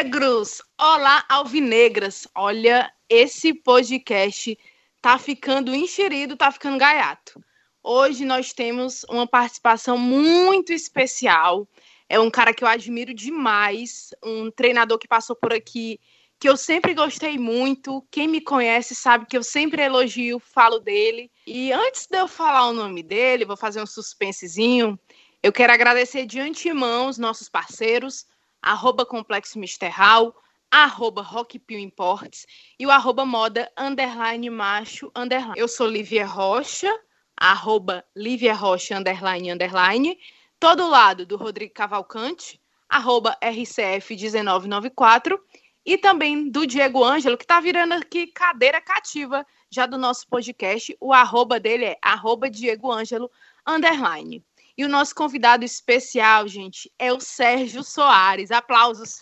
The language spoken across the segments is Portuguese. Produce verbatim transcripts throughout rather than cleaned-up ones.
Alvinegros! Olá, alvinegras! Olha, esse podcast tá ficando enxerido, tá ficando gaiato. Hoje nós temos uma participação muito especial. É um cara que eu admiro demais, um treinador que passou por aqui, que eu sempre gostei muito. Quem me conhece sabe que eu sempre elogio, falo dele. E antes de eu falar o nome dele, vou fazer um suspensezinho. Eu quero agradecer de antemão os nossos parceiros, arroba Complexo Mister Hall, arroba Rockpio Imports e o arroba moda underline macho underline. Eu sou Lívia Rocha, arroba Lívia Rocha underline underline, todo lado do Rodrigo Cavalcante, arroba R C F dezenove noventa e quatro, e também do Diego Ângelo, que está virando aqui cadeira cativa já do nosso podcast. O arroba dele é arroba Diego Ângelo underline. E o nosso convidado especial, gente, é o Sérgio Soares. Aplausos!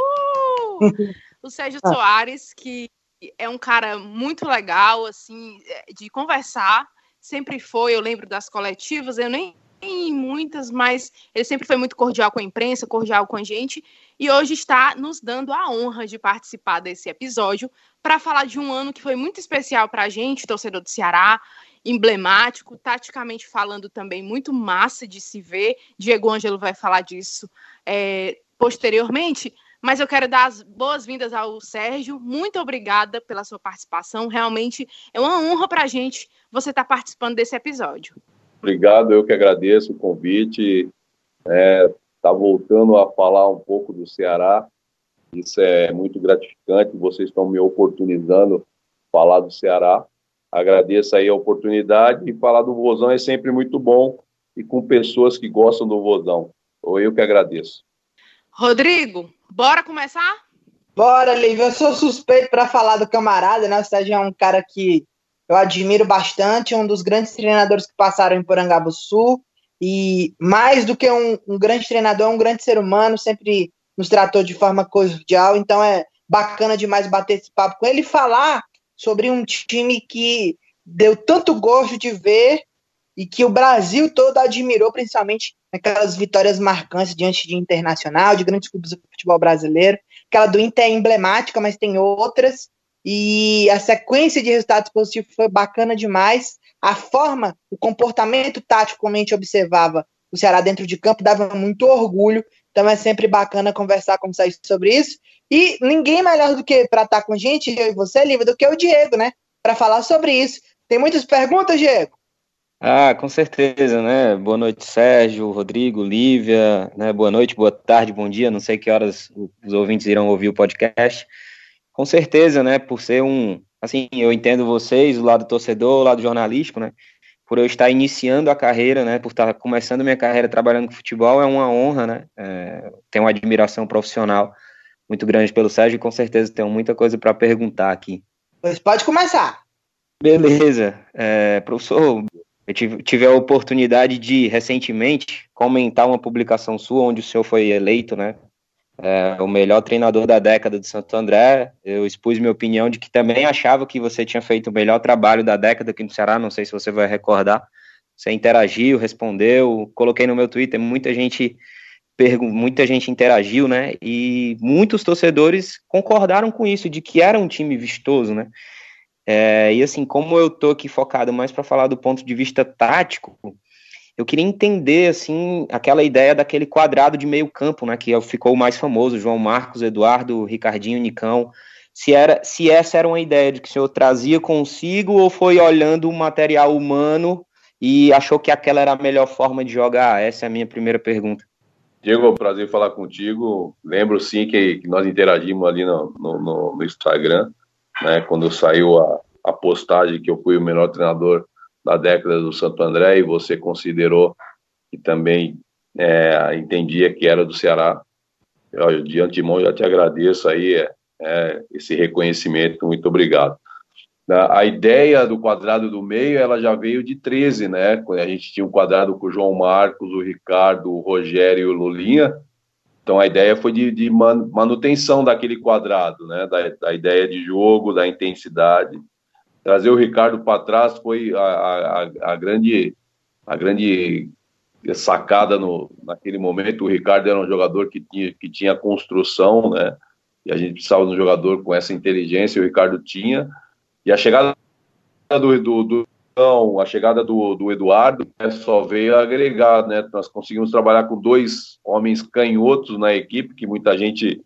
Uhul! O Sérgio Soares, que é um cara muito legal, assim, de conversar. Sempre foi, eu lembro das coletivas, eu nem em muitas, mas ele sempre foi muito cordial com a imprensa, cordial com a gente. E hoje está nos dando a honra de participar desse episódio para falar de um ano que foi muito especial para a gente, torcedor do Ceará, emblemático, taticamente falando também muito massa de se ver. Diego Ângelo vai falar disso é, posteriormente, mas eu quero dar as boas-vindas ao Sérgio. Muito obrigada pela sua participação, realmente é uma honra para a gente você estar participando desse episódio. Obrigado, eu que agradeço o convite. É, tá voltando a falar um pouco do Ceará, isso é muito gratificante, vocês estão me oportunizando falar do Ceará. Agradeço aí a oportunidade, e falar do Vozão é sempre muito bom, e com pessoas que gostam do Vozão. Ou eu que agradeço. Rodrigo, bora começar? Bora, Lívia. Eu sou suspeito para falar do camarada, né? O Sérgio é um cara que eu admiro bastante, um dos grandes treinadores que passaram em Porangabuçu, e mais do que um, um grande treinador, é um grande ser humano, sempre nos tratou de forma cordial, então é bacana demais bater esse papo com ele e falar sobre um time que deu tanto gosto de ver e que o Brasil todo admirou, principalmente naquelas vitórias marcantes diante de Internacional, de grandes clubes do futebol brasileiro. Aquela do Inter é emblemática, mas tem outras, e a sequência de resultados positivos foi bacana demais. A forma, o comportamento tático, como a gente observava o Ceará dentro de campo, dava muito orgulho. Então é sempre bacana conversar com vocês sobre isso. E ninguém melhor do que para estar com a gente, eu e você, Lívia, do que o Diego, né? Para falar sobre isso. Tem muitas perguntas, Diego? Ah, com certeza, né? Boa noite, Sérgio, Rodrigo, Lívia, né? Boa noite, boa tarde, bom dia. Não sei que horas os ouvintes irão ouvir o podcast. Com certeza, né? Por ser um... Assim, eu entendo vocês, o lado torcedor, o lado jornalístico, né? Por eu estar iniciando a carreira, né? Por estar começando minha carreira trabalhando com futebol, é uma honra, né? É, tenho uma admiração profissional muito grande pelo Sérgio, e com certeza tenho muita coisa para perguntar aqui. Pois pode começar. Beleza. É, professor, eu tive, tive a oportunidade de, recentemente, comentar uma publicação sua, onde o senhor foi eleito, né? É, o melhor treinador da década do Santo André. Eu expus minha opinião de que também achava que você tinha feito o melhor trabalho da década aqui no Ceará, não sei se você vai recordar. Você interagiu, respondeu, coloquei no meu Twitter, muita gente... muita gente interagiu, né, e muitos torcedores concordaram com isso, de que era um time vistoso, né, é, e assim, como eu tô aqui focado mais para falar do ponto de vista tático, eu queria entender, assim, aquela ideia daquele quadrado de meio campo, né, que ficou o mais famoso, João Marcos, Eduardo, Ricardinho, Nicão, se, era, se essa era uma ideia de que o senhor trazia consigo, ou foi olhando o material humano e achou que aquela era a melhor forma de jogar? Essa é a minha primeira pergunta. Diego, é um prazer falar contigo. Lembro sim que, que nós interagimos ali no, no, no Instagram, né, quando saiu a, a postagem que eu fui o melhor treinador da década do Santo André, e você considerou que também é, entendia que era do Ceará. Eu, de antemão, já te agradeço aí é, é, esse reconhecimento, muito obrigado. A ideia do quadrado do meio, ela já veio de treze, né? Quando a gente tinha um quadrado com o João Marcos, o Ricardo, o Rogério e o Lulinha. Então a ideia foi de, de manutenção daquele quadrado, né? Da, da ideia de jogo, da intensidade. Trazer o Ricardo para trás foi a, a, a, grande, a grande sacada no, naquele momento. O Ricardo era um jogador que tinha, que tinha construção, né? e a gente precisava de um jogador com essa inteligência, o Ricardo tinha, e a chegada do, do, do a chegada do, do Eduardo, né, só veio agregar, né? Nós conseguimos trabalhar com dois homens canhotos na equipe, que muita gente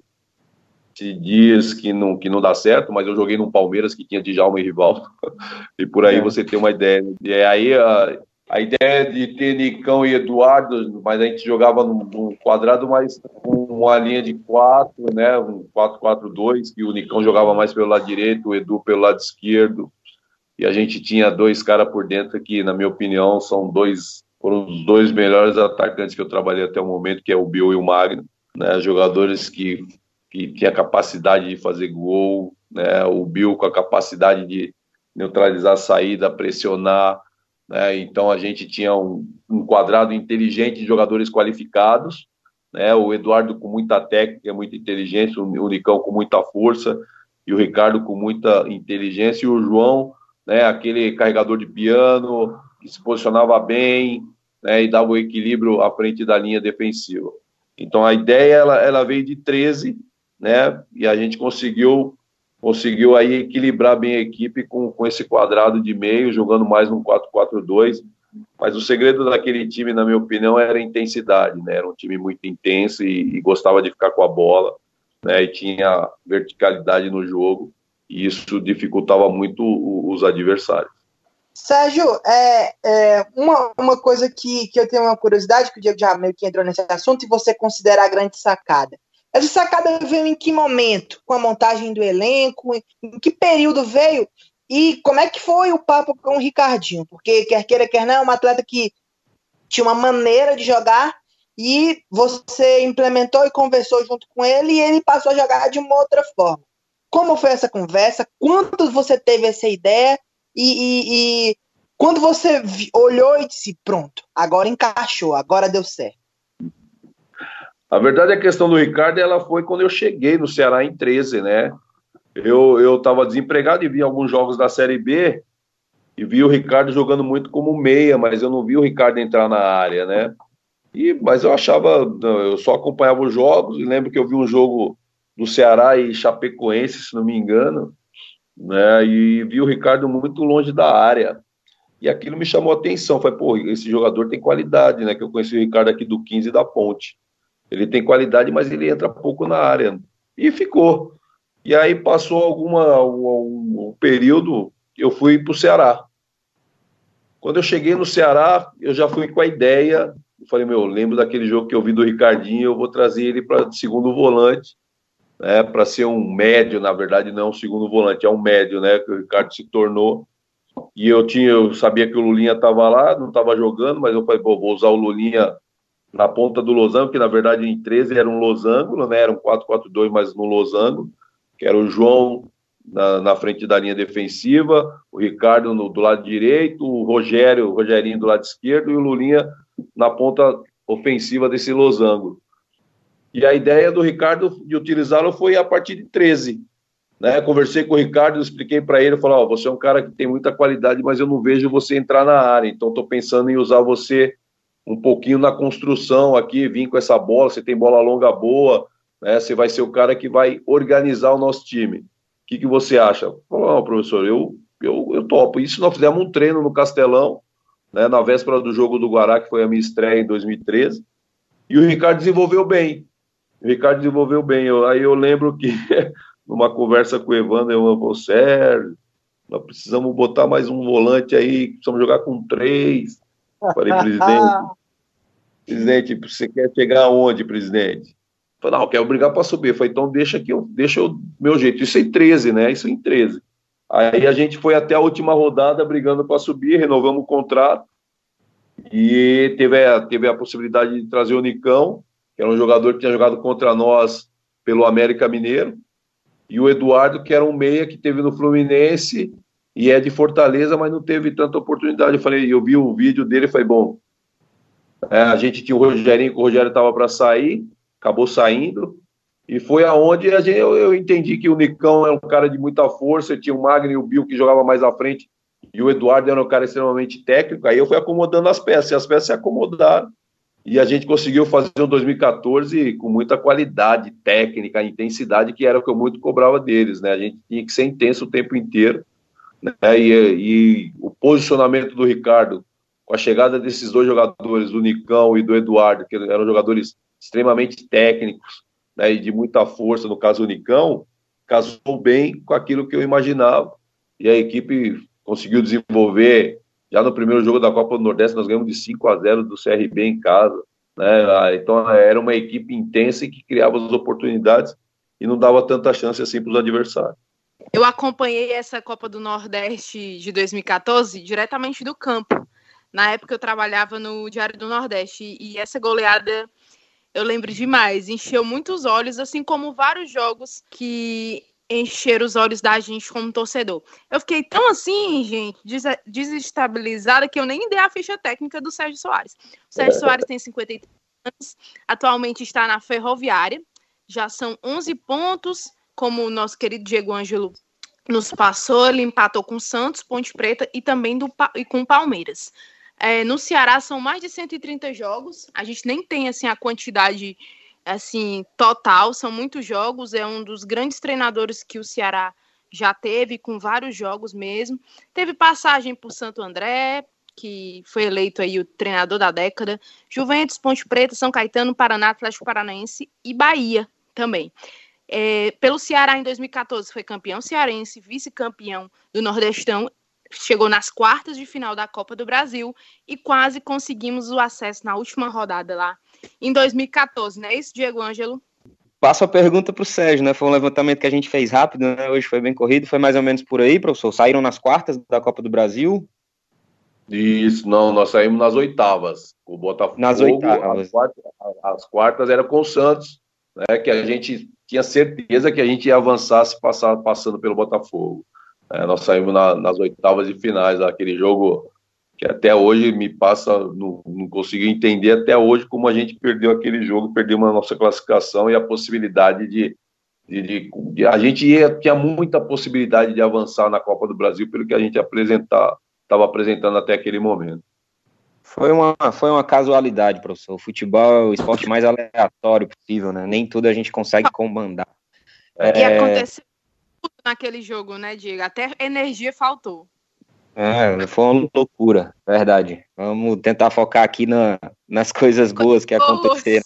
se diz que não, que não dá certo, mas eu joguei num Palmeiras que tinha Djalma e Rivaldo, e por aí é. Você tem uma ideia. E aí a, a ideia de ter Nicão e Eduardo, mas a gente jogava num, num quadrado mais com uma linha de quatro, né? Um quatro quatro dois, que o Nicão jogava mais pelo lado direito, o Edu pelo lado esquerdo. E a gente tinha dois caras por dentro que, na minha opinião, são dois, foram os dois melhores atacantes que eu trabalhei até o momento, que é o Bill e o Magno, né? Jogadores que, que tinham a capacidade de fazer gol, né? O Bill com a capacidade de neutralizar a saída, pressionar, né? Então a gente tinha um, um quadrado inteligente de jogadores qualificados, né? O Eduardo com muita técnica, muita inteligência, o Nicão com muita força, e o Ricardo com muita inteligência, e o João, né, aquele carregador de piano, que se posicionava bem, né, e dava o equilíbrio à frente da linha defensiva. Então a ideia ela, ela veio de treze, né, e a gente conseguiu, conseguiu aí equilibrar bem a equipe com, com esse quadrado de meio, jogando mais um quatro quatro dois, mas o segredo daquele time, na minha opinião, era a intensidade, né, era um time muito intenso e, e gostava de ficar com a bola, né, e tinha verticalidade no jogo, e isso dificultava muito os adversários. Sérgio, é, é uma, uma coisa que, que eu tenho uma curiosidade, que o Diego já meio que entrou nesse assunto, e você considera a grande sacada. Essa sacada veio em que momento? Com a montagem do elenco? Em que período veio? E como é que foi o papo com o Ricardinho? Porque, quer queira, quer não, é um atleta que tinha uma maneira de jogar, e você implementou e conversou junto com ele, e ele passou a jogar de uma outra forma. Como foi essa conversa? Quando você teve essa ideia? E, e, e quando você olhou e disse, pronto, agora encaixou, agora deu certo? A verdade, a questão do Ricardo, ela foi quando eu cheguei no Ceará em treze, né? Eu eu estava desempregado e vi alguns jogos da Série B e vi o Ricardo jogando muito como meia, mas eu não vi o Ricardo entrar na área, né? E, mas eu achava, eu só acompanhava os jogos, e lembro que eu vi um jogo do Ceará e Chapecoense, se não me engano, né, e vi o Ricardo muito longe da área, e aquilo me chamou a atenção. Falei, pô, esse jogador tem qualidade, né, que eu conheci o Ricardo aqui do quinze da Ponte, ele tem qualidade, mas ele entra pouco na área, e ficou. E aí passou alguma, um, um período, eu fui para o Ceará. Quando eu cheguei no Ceará, eu já fui com a ideia, eu falei, meu, lembro daquele jogo que eu vi do Ricardinho, eu vou trazer ele para segundo volante, né, para ser um médio, na verdade não é um segundo volante, é um médio, né, que o Ricardo se tornou, e eu tinha, eu sabia que o Lulinha estava lá, não estava jogando, mas eu falei, pô, vou usar o Lulinha na ponta do losango, que na verdade em treze era um losango, né, era um quatro quatro dois, mas no losango, que era o João na, na frente da linha defensiva, o Ricardo no, do lado direito, o Rogério, o Rogerinho do lado esquerdo, e o Lulinha na ponta ofensiva desse losango. E a ideia do Ricardo de utilizá-lo foi a partir de treze. Né? Conversei com o Ricardo, expliquei para ele, falei, ó, você é um cara que tem muita qualidade, mas eu não vejo você entrar na área, então estou pensando em usar você um pouquinho na construção aqui, vir com essa bola, você tem bola longa boa, né? Você vai ser o cara que vai organizar o nosso time. O que, que você acha? Falei, não, professor, eu, eu, eu topo. Isso nós fizemos um treino no Castelão, né, na véspera do jogo do Guará, que foi a minha estreia em dois mil e treze, e o Ricardo desenvolveu bem. O Ricardo desenvolveu bem. Eu, aí eu lembro que, numa conversa com o Evandro, eu falei, Sérgio, nós precisamos botar mais um volante aí, precisamos jogar com três. Falei, presidente, presidente, você quer chegar aonde, presidente? Falei, não, eu quero brigar para subir. Falei, então deixa que eu, deixa o meu jeito. Isso em treze, né? Isso em treze. Aí a gente foi até a última rodada brigando para subir, renovamos o contrato, e teve a, teve a possibilidade de trazer o Nicão, que era um jogador que tinha jogado contra nós pelo América Mineiro, e o Eduardo, que era um meia que teve no Fluminense e é de Fortaleza, mas não teve tanta oportunidade. Eu falei, eu vi o vídeo dele e falei, bom, é, a gente tinha o Rogerinho, que o Rogério estava para sair, acabou saindo, e foi aonde a gente, eu, eu entendi que o Nicão é um cara de muita força, tinha o Magno e o Bill que jogava mais à frente, e o Eduardo era um cara extremamente técnico. Aí eu fui acomodando as peças, e as peças se acomodaram, e a gente conseguiu fazer um dois mil e quatorze com muita qualidade técnica, intensidade, que era o que eu muito cobrava deles, né? A gente tinha que ser intenso o tempo inteiro, né? E, e o posicionamento do Ricardo, com a chegada desses dois jogadores, do Nicão e do Eduardo, que eram jogadores extremamente técnicos, né? E de muita força, no caso o Nicão, casou bem com aquilo que eu imaginava, e a equipe conseguiu desenvolver. Já no primeiro jogo da Copa do Nordeste, nós ganhamos de cinco a zero do C R B em casa, né? Então era uma equipe intensa e que criava as oportunidades e não dava tanta chance assim para os adversários. Eu acompanhei essa Copa do Nordeste de dois mil e quatorze diretamente do campo. Na época eu trabalhava no Diário do Nordeste e essa goleada eu lembro demais, encheu muitos olhos, assim como vários jogos que encheram os olhos da gente como torcedor. Eu fiquei tão assim, gente, des- desestabilizada, que eu nem dei a ficha técnica do Sérgio Soares. O Sérgio Soares tem cinquenta e três anos, atualmente está na Ferroviária, já são onze pontos, como o nosso querido Diego Ângelo nos passou, ele empatou com o Santos, Ponte Preta e também do, e com o Palmeiras. É, no Ceará são mais de cento e trinta jogos, a gente nem tem assim, a quantidade assim, total, são muitos jogos, é um dos grandes treinadores que o Ceará já teve, com vários jogos mesmo. Teve passagem por Santo André, que foi eleito aí o treinador da década, Juventus, Ponte Preta, São Caetano, Paraná, Atlético Paranaense e Bahia também. É, pelo Ceará em dois mil e quatorze foi campeão cearense, vice-campeão do Nordestão, chegou nas quartas de final da Copa do Brasil e quase conseguimos o acesso na última rodada lá em dois mil e quatorze, não é isso, Diego Ângelo? Passo a pergunta para o Sérgio, né? Foi um levantamento que a gente fez rápido, né? Hoje foi bem corrido, foi mais ou menos por aí, professor? Saíram nas quartas da Copa do Brasil? Isso, não, nós saímos nas oitavas. O Botafogo, nas oitavas. As quartas, as quartas era com o Santos, né? Que a gente tinha certeza que a gente ia avançar se passar, passando pelo Botafogo. É, nós saímos na, nas oitavas de finais, aquele jogo que até hoje me passa, não, não consigo entender até hoje como a gente perdeu aquele jogo, perdeu a nossa classificação e a possibilidade de, de, de, de a gente ia, tinha muita possibilidade de avançar na Copa do Brasil pelo que a gente apresentar, estava apresentando até aquele momento. Foi uma, foi uma casualidade, professor. O futebol é o esporte mais aleatório possível, né? Nem tudo a gente consegue comandar. O que é... aconteceu naquele jogo, né, Diego? Até energia faltou. É, foi uma loucura, verdade. Vamos tentar focar aqui na, nas coisas boas que aconteceram.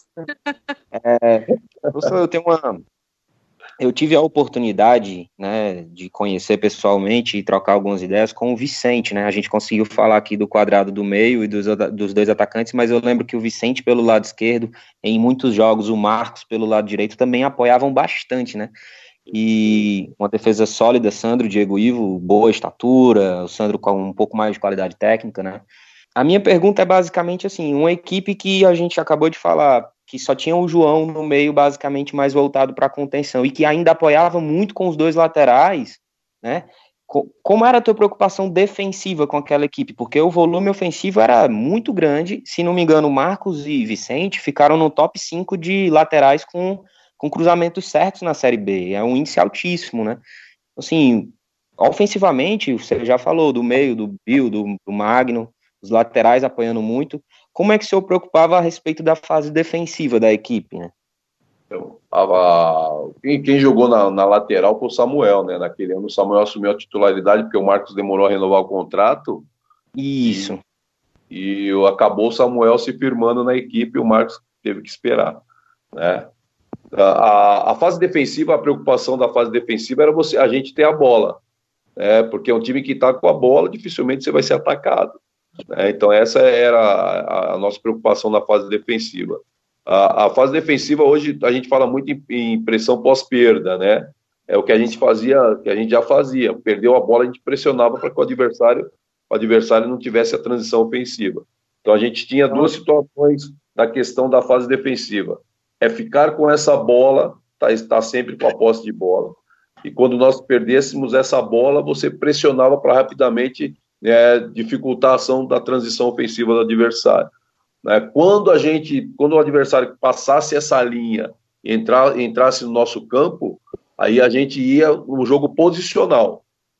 É, professor, eu tenho uma... Eu tive a oportunidade, né, de conhecer pessoalmente e trocar algumas ideias com o Vicente, né? A gente conseguiu falar aqui do quadrado do meio e dos, dos dois atacantes, mas eu lembro que o Vicente pelo lado esquerdo, em muitos jogos, o Marcos pelo lado direito também apoiavam bastante, né? E uma defesa sólida, Sandro, Diego Ivo, boa estatura, o Sandro com um pouco mais de qualidade técnica, né? A minha pergunta é basicamente assim, uma equipe que a gente acabou de falar, que só tinha o João no meio basicamente mais voltado para a contenção e que ainda apoiava muito com os dois laterais, né? Como era a tua preocupação defensiva com aquela equipe? Porque o volume ofensivo era muito grande, se não me engano, Marcos e Vicente ficaram no top cinco de laterais com com cruzamentos certos na Série B, é um índice altíssimo, né? Assim, ofensivamente, você já falou do meio, do Bill, do, do Magno, os laterais apoiando muito, como é que o senhor preocupava a respeito da fase defensiva da equipe, né? Então, a, a, quem, quem jogou na, na lateral foi o Samuel, né? Naquele ano o Samuel assumiu a titularidade porque o Marcos demorou a renovar o contrato. Isso. E, e acabou o Samuel se firmando na equipe e o Marcos teve que esperar, né? A, a fase defensiva, a preocupação da fase defensiva era você, a gente ter a bola, né? Porque é um time que está com a bola, dificilmente você vai ser atacado, né? Então essa era a, a nossa preocupação na fase defensiva. A, a fase defensiva hoje a gente fala muito em, em pressão pós-perda, né? É o que a gente fazia, que a gente já fazia, perdeu a bola, a gente pressionava para que o adversário, o adversário não tivesse a transição ofensiva. Então a gente tinha duas situações na questão da fase defensiva. É ficar com essa bola, tá, estar sempre com a posse de bola. E quando nós perdêssemos essa bola, você pressionava para rapidamente é, dificultar a ação da transição ofensiva do adversário. Né? Quando a gente, quando o adversário passasse essa linha e entrar, entrasse no nosso campo, aí a gente ia no jogo posicional.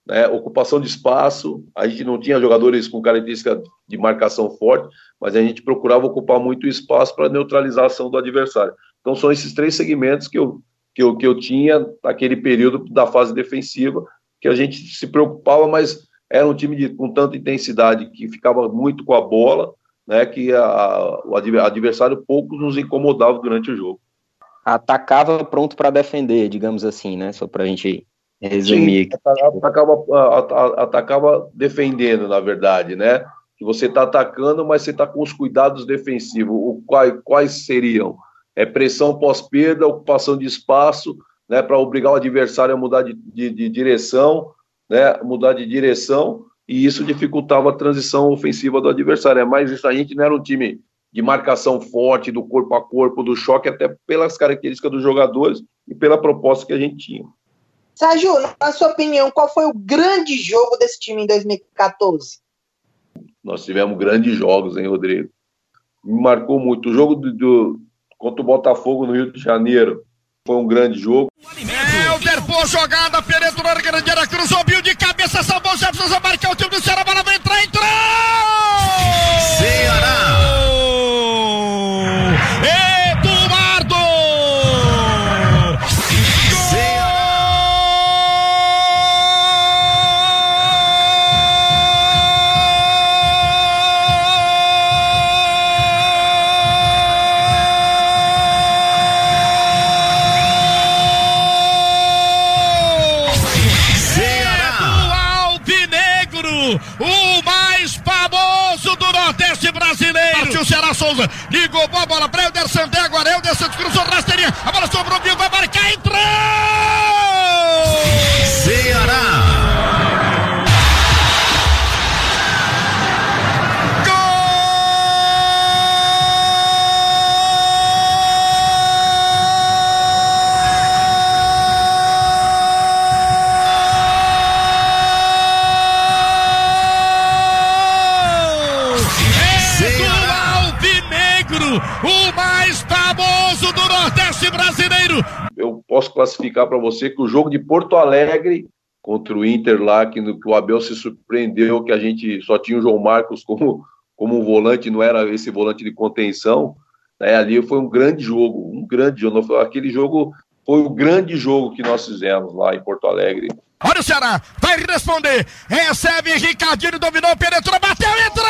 né, ocupação de espaço. A gente não tinha jogadores com característica de marcação forte, mas a gente procurava ocupar muito espaço para neutralizar a ação do adversário. Então são esses três segmentos que eu, que eu, que eu tinha naquele período da fase defensiva, que a gente se preocupava, mas era um time de, com tanta intensidade que ficava muito com a bola, né, que a, o adversário pouco nos incomodava durante o jogo. Atacava pronto para defender, digamos assim, né? Só para a gente resumir. Sim, atacava, atacava defendendo, na verdade, né? Que você está atacando, mas você está com os cuidados defensivos. O, quais, quais seriam? É pressão pós-perda, ocupação de espaço, né? Para obrigar o adversário a mudar de, de, de direção, né? Mudar de direção, e isso dificultava a transição ofensiva do adversário. Mas isso, a gente não era um time de marcação forte, do corpo a corpo, do choque, até pelas características dos jogadores e pela proposta que a gente tinha. Sérgio, na sua opinião, qual foi o grande jogo desse time em dois mil e quatorze? Nós tivemos grandes jogos, hein, Rodrigo? Me marcou muito. O jogo do, do, contra o Botafogo no Rio de Janeiro foi um grande jogo. É, o Derpô, jogada, penetrou na grande área, cruzou, biu de cabeça, salvou o Jefferson, marcar o time do Ceará, a bola vai entrar, entrou! Ceará! Eduardo! O mais famoso do Nordeste brasileiro. Partiu o Ceará, Souza, ligou a bola para Helder Santé, agora Helder Santos cruzou rasteirinha, a bola sobrou, viu, vai marcar, entrou! Ceará! O mais famoso do Nordeste brasileiro. Eu posso classificar para você que o jogo de Porto Alegre contra o Inter lá, que, no, que o Abel se surpreendeu, que a gente só tinha o João Marcos como, como um volante, não era esse volante de contenção, né? Ali foi um grande jogo, um grande jogo. Aquele jogo foi o grande jogo que nós fizemos lá em Porto Alegre. Olha o Ceará, vai responder, recebe, Ricardinho dominou, penetrou, bateu, entrou!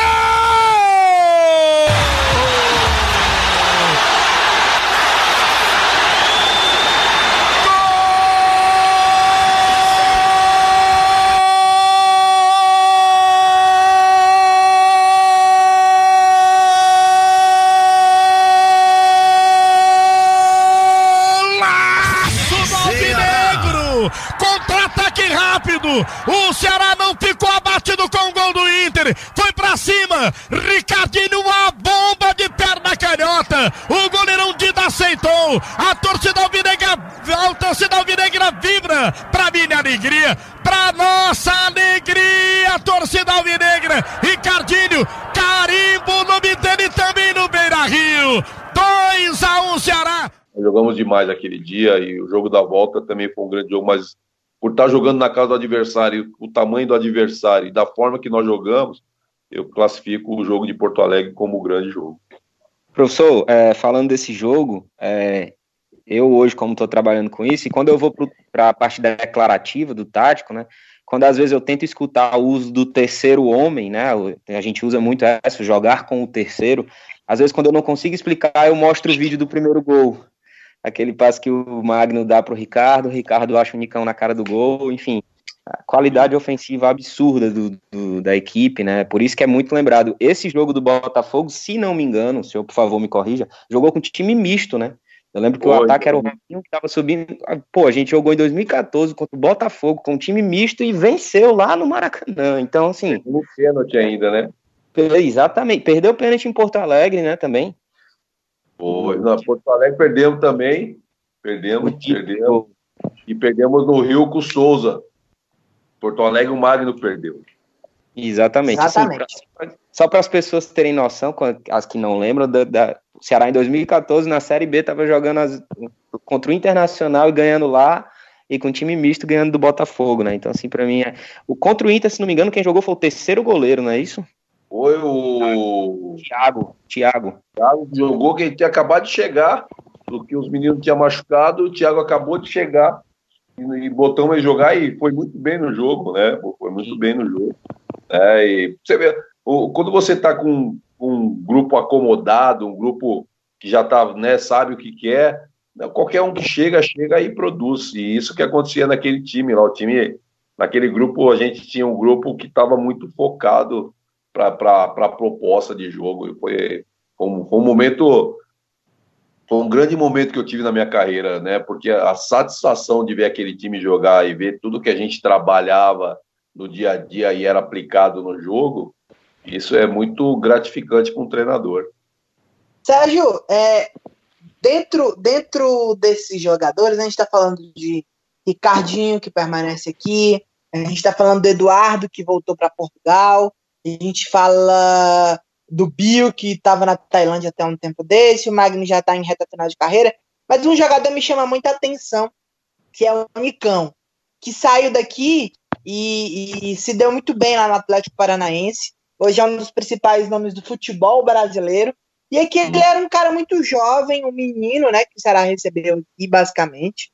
Contra-ataque rápido, o Ceará não ficou abatido com o gol do Inter, foi pra cima, Ricardinho, uma bomba de perna canhota, o goleirão Dida aceitou, a torcida alvinegra, a torcida alvinegra vibra, pra minha alegria, pra nossa alegria, a torcida alvinegra, Ricardinho, carimbo o nome dele também no Beira-Rio, dois a um Ceará. Jogamos demais aquele dia e o jogo da volta também foi um grande jogo, mas por estar jogando na casa do adversário, o tamanho do adversário e da forma que nós jogamos, eu classifico o jogo de Porto Alegre como um grande jogo. Professor, é, falando desse jogo, é, eu hoje, como estou trabalhando com isso, e quando eu vou para a parte declarativa, do tático, né, quando às vezes eu tento escutar o uso do terceiro homem, né, a gente usa muito essa, jogar com o terceiro, às vezes quando eu não consigo explicar, eu mostro o vídeo do primeiro gol. Aquele passe que o Magno dá para o Ricardo, o Ricardo acha o Nicão na cara do gol, enfim, a qualidade ofensiva absurda do, do, da equipe, né, por isso que é muito lembrado. Esse jogo do Botafogo, se não me engano, o senhor por favor me corrija, jogou com time misto, né, eu lembro que Oi, o ataque era o Robinho que estava subindo, pô, a gente jogou em dois mil e quatorze contra o Botafogo com time misto e venceu lá no Maracanã, então assim... No pênalti ainda, né? Exatamente, perdeu o pênalti em Porto Alegre, né, também. Foi, na Porto Alegre perdemos também, perdemos, perdemos, e perdemos no Rio com o Souza. Porto Alegre o Magno perdeu. Exatamente. Exatamente. Assim, pra, só para as pessoas terem noção, as que não lembram, da, da, o Ceará em dois mil e quatorze na Série B estava jogando as, contra o Internacional e ganhando lá, e com um time misto ganhando do Botafogo, né? Então, assim, pra mim, é... o contra o Inter, se não me engano, quem jogou foi o terceiro goleiro, não é isso? Foi o... Thiago. Thiago. Thiago jogou, que ele tinha acabado de chegar, porque os meninos tinham machucado, o Thiago acabou de chegar, e, e botamos ele jogar, e foi muito bem no jogo, né? Foi muito bem no jogo. É, e você vê, o, quando você tá com um grupo acomodado, um grupo que já tá, né, sabe o que quer, qualquer um que chega, chega e produz. E isso que acontecia naquele time lá, o time, naquele grupo, a gente tinha um grupo que estava muito focado para a proposta de jogo. E foi, foi, um, foi um momento, foi um grande momento que eu tive na minha carreira, né? Porque a satisfação de ver aquele time jogar e ver tudo que a gente trabalhava no dia a dia e era aplicado no jogo, isso é muito gratificante para um treinador. Sérgio, é, dentro, dentro desses jogadores, a gente está falando de Ricardinho, que permanece aqui, a gente está falando do Eduardo, que voltou para Portugal, a gente fala do Bill, que estava na Tailândia até um tempo desse, o Magno já está em reta final de carreira, mas um jogador me chama muita atenção, que é o Nicão, que saiu daqui e, e se deu muito bem lá no Atlético Paranaense, hoje é um dos principais nomes do futebol brasileiro. E aqui ele era um cara muito jovem, um menino, né, que o Ceará recebeu aqui, basicamente.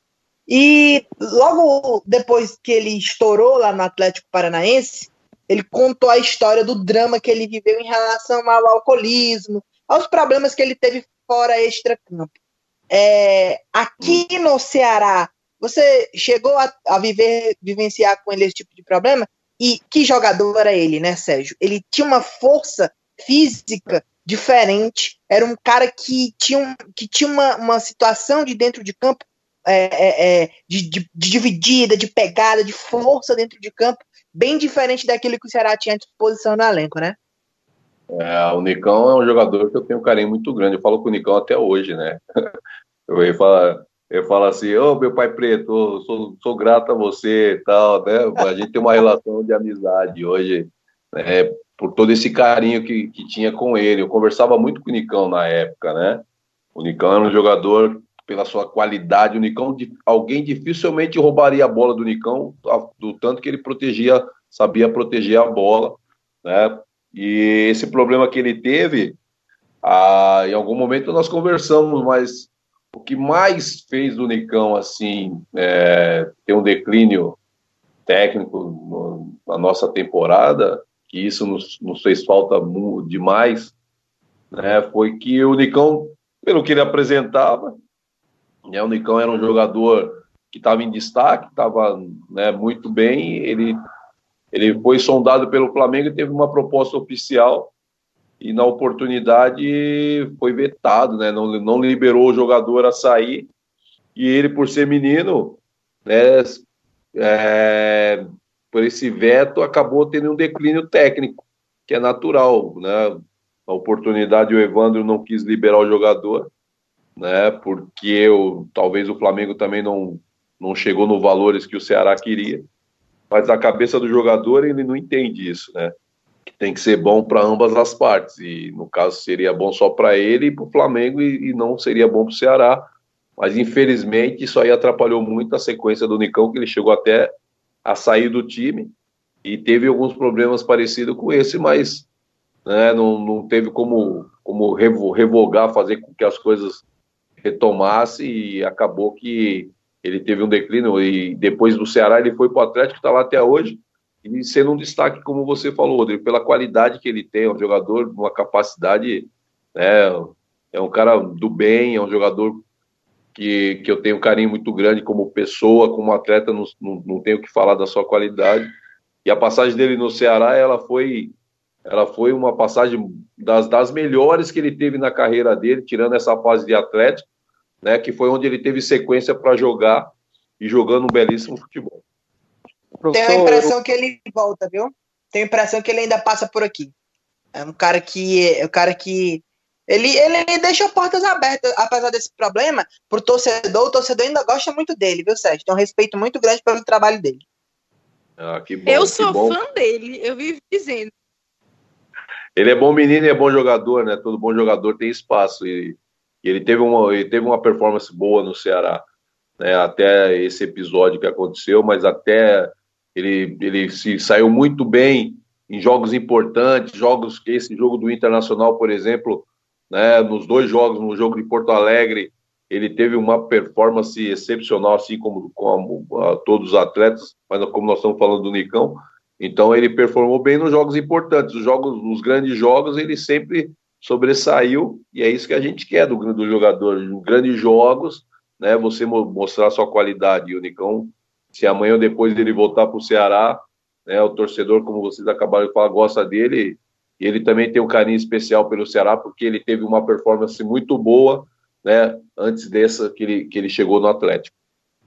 E logo depois que ele estourou lá no Atlético Paranaense, ele contou a história do drama que ele viveu em relação ao alcoolismo, aos problemas que ele teve fora extra-campo. É, aqui no Ceará, você chegou a, a viver, vivenciar com ele esse tipo de problema? E que jogador era ele, né, Sérgio? Ele tinha uma força física diferente, era um cara que tinha, um, que tinha uma, uma situação de dentro de campo, é, é, é, de, de, de dividida, de pegada, de força dentro de campo, bem diferente daquilo que o Ceará tinha à disposição no elenco, né? É, o Nicão é um jogador que eu tenho um carinho muito grande, eu falo com o Nicão até hoje, né? Eu ia falar... Eu falo assim, ô oh, meu pai preto, sou, sou grato a você e tal, né? A gente tem uma relação de amizade hoje, né? Por todo esse carinho que, que tinha com ele. Eu conversava muito com o Nicão na época, né? O Nicão era um jogador, pela sua qualidade, o Nicão, alguém dificilmente roubaria a bola do Nicão, do tanto que ele protegia, sabia proteger a bola, né? E esse problema que ele teve, ah, em algum momento nós conversamos, mas o que mais fez do Nicão, assim, é, ter um declínio técnico no, na nossa temporada, que isso nos, nos fez falta demais, né, foi que o Nicão, pelo que ele apresentava, né, o Nicão era um jogador que estava em destaque, estava, né, muito bem, ele, ele foi sondado pelo Flamengo e teve uma proposta oficial, e na oportunidade foi vetado, né? Não, não liberou o jogador a sair, e ele, por ser menino, né, é, por esse veto, acabou tendo um declínio técnico, que é natural, né? Na oportunidade o Evandro não quis liberar o jogador, né? Porque o, talvez o Flamengo também não, não chegou nos valores que o Ceará queria, mas a cabeça do jogador, ele não entende isso, né? Que tem que ser bom para ambas as partes, e no caso seria bom só para ele e para o Flamengo, e, e não seria bom para o Ceará, mas infelizmente isso aí atrapalhou muito a sequência do Nicão, que ele chegou até a sair do time, e teve alguns problemas parecidos com esse, mas, né, não, não teve como, como revogar, fazer com que as coisas retomassem, e acabou que ele teve um declínio, e depois do Ceará ele foi para o Atlético, está lá até hoje, e sendo um destaque, como você falou, Rodrigo, pela qualidade que ele tem, é um jogador de uma capacidade, né, é um cara do bem, é um jogador que, que eu tenho um carinho muito grande como pessoa, como atleta, não, não, não tenho o que falar da sua qualidade, e a passagem dele no Ceará, ela foi, ela foi uma passagem das, das melhores que ele teve na carreira dele, tirando essa fase de Atlético, né, que foi onde ele teve sequência para jogar, e jogando um belíssimo futebol. Tenho a impressão que ele volta, viu? Tenho a impressão que ele ainda passa por aqui. É um cara que... É um cara que ele, ele deixa portas abertas, apesar desse problema, pro torcedor. O torcedor ainda gosta muito dele, viu, Sérgio? Tem um respeito muito grande pelo trabalho dele. Ah, que bom, eu que sou bom. fã dele, eu vivo dizendo. Ele é bom menino e é bom jogador, né? Todo bom jogador tem espaço. E, e ele, teve uma, ele teve uma performance boa no Ceará. né, até esse episódio que aconteceu, mas até ele, ele se saiu muito bem em jogos importantes, jogos que esse jogo do Internacional, por exemplo, né, nos dois jogos, no jogo de Porto Alegre, ele teve uma performance excepcional, assim como, como a, todos os atletas, mas como nós estamos falando do Nicão, então ele performou bem nos jogos importantes, os jogos, nos grandes jogos, ele sempre sobressaiu, e é isso que a gente quer do, do jogador, em grandes jogos, né, você mostrar sua qualidade. E o Nicão, se amanhã ou depois ele voltar para o Ceará, né, o torcedor, como vocês acabaram de falar, gosta dele, e ele também tem um carinho especial pelo Ceará, porque ele teve uma performance muito boa, né, antes dessa que ele, que ele chegou no Atlético.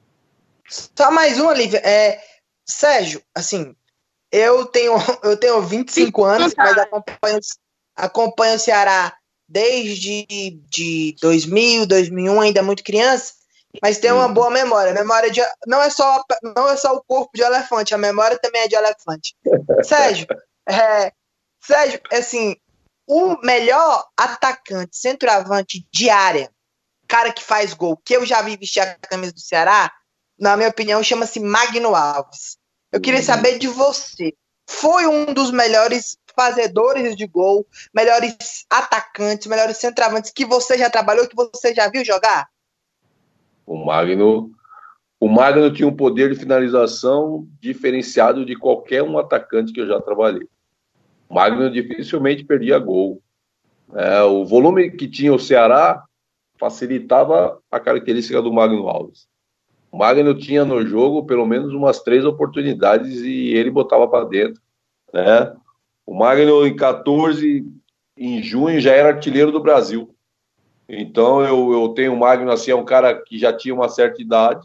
Só mais um, Olívia. É, Sérgio, assim, eu tenho, eu tenho vinte e cinco anos, mas acompanho, acompanho o Ceará desde de dois mil, dois mil e um, ainda muito criança, mas tem uma boa memória. Memória de, não, é só, não é só o corpo de elefante, a memória também é de elefante. Sérgio, é, Sérgio, assim, o melhor atacante, centroavante de área, cara que faz gol, que eu já vi vestir a camisa do Ceará, na minha opinião, chama-se Magno Alves. Eu queria saber de você. Foi um dos melhores fazedores de gol, melhores atacantes, melhores centroavantes que você já trabalhou, que você já viu jogar? O Magno, o Magno tinha um poder de finalização diferenciado de qualquer um atacante que eu já trabalhei. O Magno dificilmente perdia gol. É, o volume que tinha o Ceará facilitava a característica do Magno Alves. O Magno tinha no jogo pelo menos umas três oportunidades e ele botava para dentro, né? O Magno, em quatorze, em junho, já era artilheiro do Brasil. Então, eu, eu tenho o Magno, assim, é um cara que já tinha uma certa idade,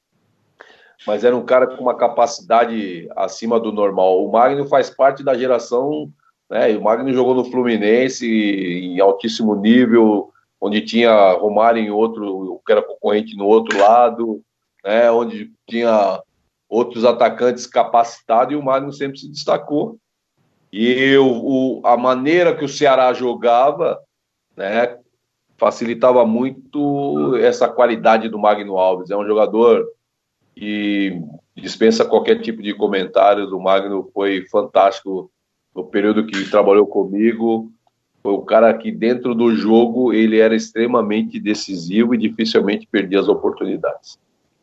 mas era um cara com uma capacidade acima do normal. O Magno faz parte da geração, né? O Magno jogou no Fluminense em altíssimo nível, onde tinha Romário em outro, que era concorrente no outro lado, né? Onde tinha outros atacantes capacitados, e o Magno sempre se destacou. E o, o, a maneira que o Ceará jogava, né, facilitava muito essa qualidade do Magno Alves. É um jogador que dispensa qualquer tipo de comentários. O Magno foi fantástico no período que trabalhou comigo. Foi o cara que dentro do jogo ele era extremamente decisivo e dificilmente perdia as oportunidades.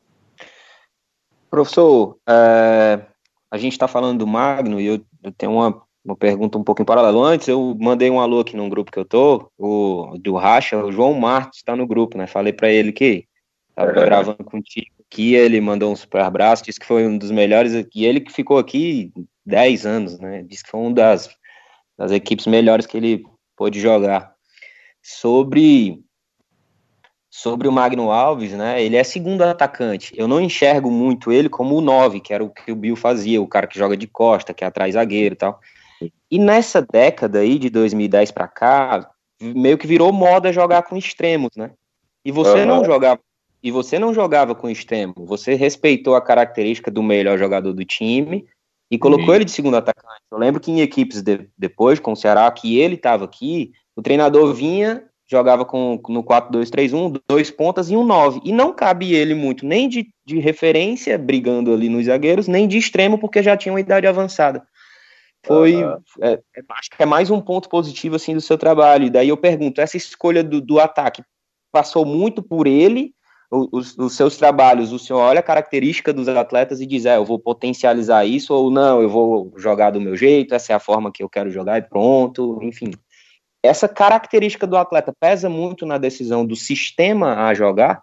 Professor, é, a gente está falando do Magno e eu, eu tenho uma Uma pergunta um pouquinho paralela. Antes, eu mandei um alô aqui num grupo que eu tô, o do Racha, o João Martins está no grupo, né? Falei para ele que estava é. gravando contigo aqui, ele mandou um super abraço, disse que foi um dos melhores aqui, ele que ficou aqui dez anos, né? Disse que foi uma das, das equipes melhores que ele pôde jogar. Sobre, sobre o Magno Alves, né? Ele é segundo atacante. Eu não enxergo muito ele como o nove, que era o que o Bill fazia, o cara que joga de costa, que é atrás zagueiro e tal. E nessa década aí, de dois mil e dez para cá, meio que virou moda jogar com extremos, né? E você uhum. não jogava, e você não jogava com extremo, você respeitou a característica do melhor jogador do time e colocou uhum. ele de segundo atacante. Eu lembro que em equipes de, depois, com o Ceará, que ele estava aqui, o treinador vinha, jogava com, no quatro dois três um, dois pontas e um nove. E não cabe ele muito, nem de, de referência, brigando ali nos zagueiros, nem de extremo, porque já tinha uma idade avançada. Foi, uhum. é, acho que é mais um ponto positivo assim do seu trabalho. E daí eu pergunto, essa escolha do, do ataque passou muito por ele, os, os seus trabalhos, o senhor olha a característica dos atletas e diz, é, eu vou potencializar isso, ou não, eu vou jogar do meu jeito, essa é a forma que eu quero jogar e pronto, enfim. Essa característica do atleta pesa muito na decisão do sistema a jogar?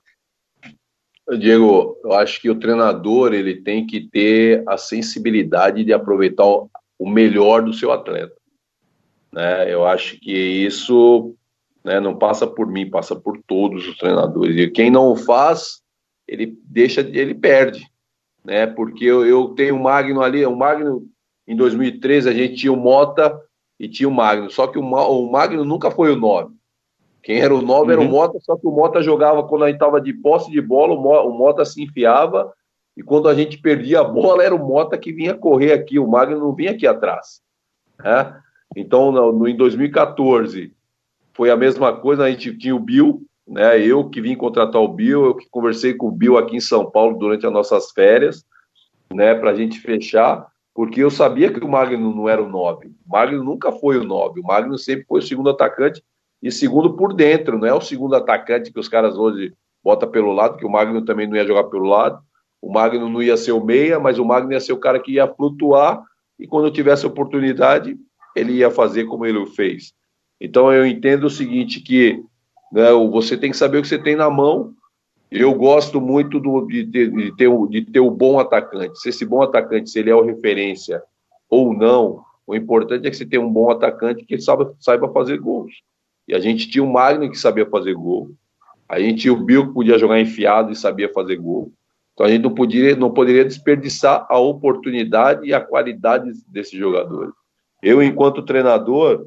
Diego, eu acho que o treinador ele tem que ter a sensibilidade de aproveitar o o melhor do seu atleta, né? Eu acho que isso, né, não passa por mim, passa por todos os treinadores, e quem não o faz, ele deixa, ele perde, né? Porque eu, eu tenho o Magno ali, o Magno em dois mil e treze a gente tinha o Mota e tinha o Magno, só que o, o Magno nunca foi o nove, quem era o nove uhum. era o Mota, só que o Mota jogava quando a gente estava de posse de bola, o Mota se enfiava. E quando a gente perdia a bola, era o Mota que vinha correr aqui, o Magno não vinha aqui atrás, né? Então, no, no, em dois mil e quatorze, foi a mesma coisa, a gente tinha o Bill, né? Eu que vim contratar o Bill, eu que conversei com o Bill aqui em São Paulo durante as nossas férias, né, para a gente fechar, porque eu sabia que o Magno não era o nove. O Magno nunca foi o nove. O Magno sempre foi o segundo atacante e segundo por dentro, não é o segundo atacante que os caras hoje botam pelo lado, que o Magno também não ia jogar pelo lado. O Magno não ia ser o meia, mas o Magno ia ser o cara que ia flutuar e quando tivesse oportunidade, ele ia fazer como ele fez. Então eu entendo o seguinte, que, né, você tem que saber o que você tem na mão. Eu gosto muito do, de, ter, de, ter, de ter o bom atacante. Se esse bom atacante, se ele é o referência ou não, o importante é que você tenha um bom atacante que saiba, saiba fazer gols. E a gente tinha o Magno que sabia fazer gol. A gente tinha o Bill que podia jogar enfiado e sabia fazer gol. Então a gente não, podia, não poderia desperdiçar a oportunidade e a qualidade desses jogadores. Eu, enquanto treinador,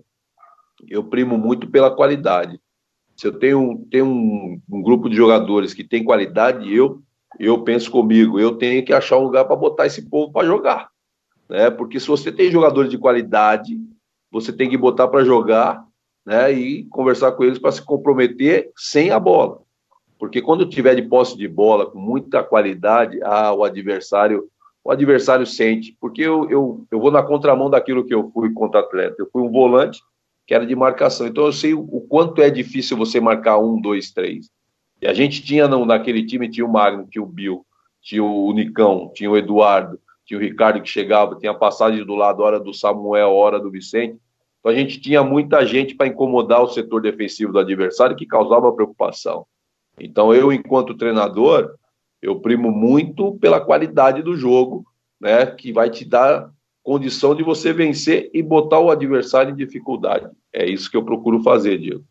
eu primo muito pela qualidade. Se eu tenho, tenho um, um grupo de jogadores que tem qualidade, eu, eu penso comigo, eu tenho que achar um lugar para botar esse povo para jogar. Né? Porque se você tem jogadores de qualidade, você tem que botar para jogar, né, e conversar com eles para se comprometer sem a bola. Porque quando tiver de posse de bola com muita qualidade, ah, o adversário, o adversário sente. Porque eu, eu, eu vou na contramão daquilo que eu fui contra atleta. Eu fui um volante que era de marcação. Então eu sei o, o quanto é difícil você marcar um, dois, três. E a gente tinha no, naquele time, tinha o Magno, tinha o Bill, tinha o Nicão, tinha o Eduardo, tinha o Ricardo que chegava, tinha a passagem do lado, hora do Samuel, hora do Vicente. Então a gente tinha muita gente para incomodar o setor defensivo do adversário que causava preocupação. Então eu, enquanto treinador, eu primo muito pela qualidade do jogo, né, que vai te dar condição de você vencer e botar o adversário em dificuldade. É isso que eu procuro fazer, Diego.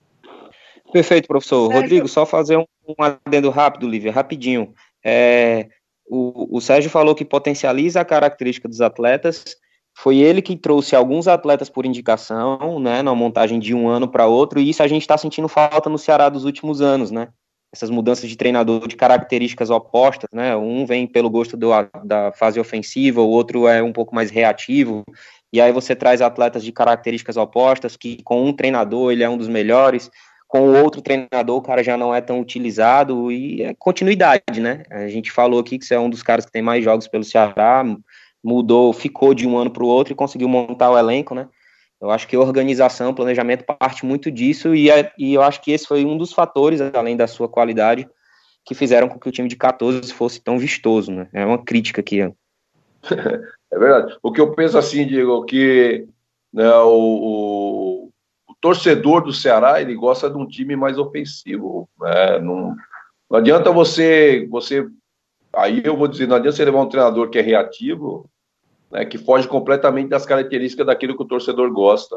Perfeito, professor. Sérgio... Rodrigo, só fazer um, um adendo rápido, Lívia, rapidinho. É, o, o Sérgio falou que potencializa a característica dos atletas. Foi ele que trouxe alguns atletas por indicação, né, na montagem de um ano para outro, e isso a gente está sentindo falta no Ceará dos últimos anos, né? Essas mudanças de treinador de características opostas, né? Um vem pelo gosto do, da fase ofensiva, o outro é um pouco mais reativo, e aí você traz atletas de características opostas, que com um treinador ele é um dos melhores, com o outro treinador o cara já não é tão utilizado, e é continuidade, né? A gente falou aqui que você é um dos caras que tem mais jogos pelo Ceará, mudou, ficou de um ano para o outro e conseguiu montar o elenco, né? Eu acho que organização, planejamento parte muito disso, e, é, e eu acho que esse foi um dos fatores, além da sua qualidade, que fizeram com que o time de quatorze fosse tão vistoso, né? É uma crítica aqui. Ó. É verdade. O que eu penso assim, Diego, que, né, o, o, o torcedor do Ceará, ele gosta de um time mais ofensivo, né? Não, não adianta você, você, aí eu vou dizer, não adianta você levar um treinador que é reativo, né, que foge completamente das características daquilo que o torcedor gosta.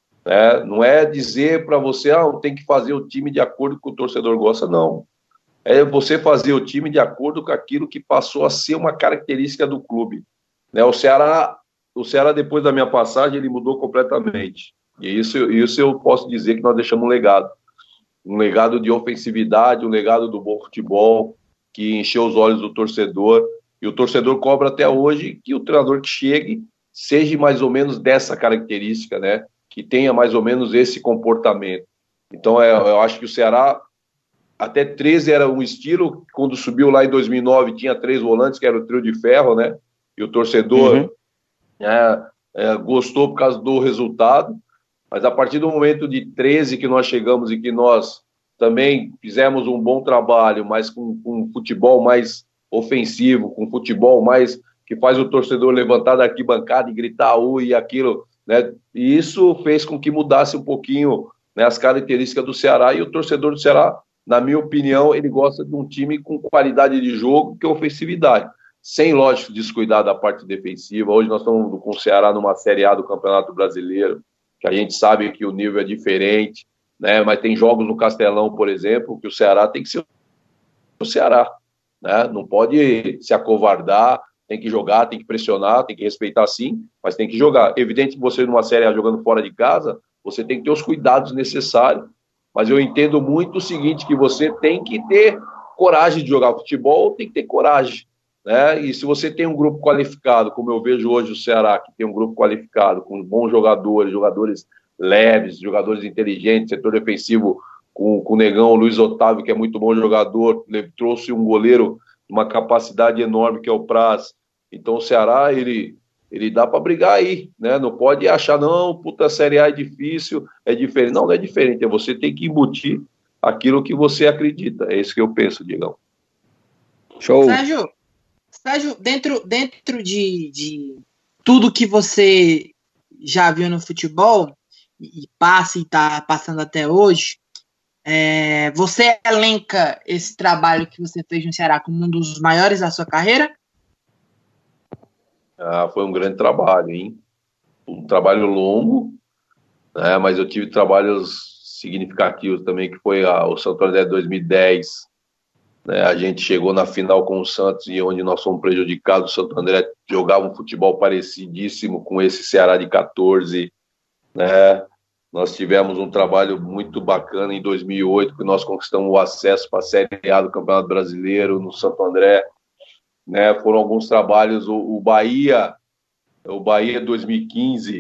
Né? Não é dizer para você, ah, tem que fazer o time de acordo com o que o torcedor gosta, não. É você fazer o time de acordo com aquilo que passou a ser uma característica do clube. Né? O Ceará, o Ceará, depois da minha passagem, ele mudou completamente. E isso, isso eu posso dizer que nós deixamos um legado. Um legado de ofensividade, um legado do bom futebol, que encheu os olhos do torcedor. E o torcedor cobra até hoje que o treinador que chegue seja mais ou menos dessa característica, né? Que tenha mais ou menos esse comportamento. Então, é, eu acho que o Ceará, até treze era um estilo, quando subiu lá em dois mil e nove, tinha três volantes, que era o trio de ferro, né? E o torcedor uhum. é, é, gostou por causa do resultado, mas a partir do momento de treze que nós chegamos e que nós também fizemos um bom trabalho, mas com, com um futebol mais ofensivo, com futebol mais que faz o torcedor levantar da arquibancada e gritar u e aquilo, né? E isso fez com que mudasse um pouquinho, né, as características do Ceará, e o torcedor do Ceará, na minha opinião, ele gosta de um time com qualidade de jogo, que é ofensividade, sem, lógico, descuidar da parte defensiva. Hoje nós estamos com o Ceará numa Série A do Campeonato Brasileiro, que a gente sabe que o nível é diferente, né? Mas tem jogos no Castelão, por exemplo, que o Ceará tem que ser o Ceará. Né? Não pode se acovardar, tem que jogar, tem que pressionar, tem que respeitar sim, mas tem que jogar. Evidente que você numa Série A jogando fora de casa, você tem que ter os cuidados necessários, mas eu entendo muito o seguinte, que você tem que ter coragem de jogar futebol, tem que ter coragem, né? E se você tem um grupo qualificado, como eu vejo hoje o Ceará, que tem um grupo qualificado, com bons jogadores, jogadores leves, jogadores inteligentes, setor defensivo com, com o Negão, o Luiz Otávio, que é muito bom jogador, ele trouxe um goleiro de uma capacidade enorme, que é o Praz. Então o Ceará, ele, ele dá para brigar aí, né? Não pode achar, não, puta, a Série A é difícil, é diferente. Não, não é diferente, é você tem que embutir aquilo que você acredita. É isso que eu penso, Diegão. Show. Sérgio, Sérgio dentro, dentro de, de tudo que você já viu no futebol, e passa e está passando até hoje, é, você elenca esse trabalho que você fez no Ceará como um dos maiores da sua carreira? Ah, foi um grande trabalho, hein? Um trabalho longo, né? Mas eu tive trabalhos significativos também, que foi a, o Santo André de dois mil e dez, né? A gente chegou na final com o Santos, e onde nós fomos prejudicados. O Santo André jogava um futebol parecidíssimo com esse Ceará de quatorze, né? Nós tivemos um trabalho muito bacana em dois mil e oito, que nós conquistamos o acesso para a Série A do Campeonato Brasileiro no Santo André, né? Foram alguns trabalhos. O, o Bahia, o Bahia dois mil e quinze,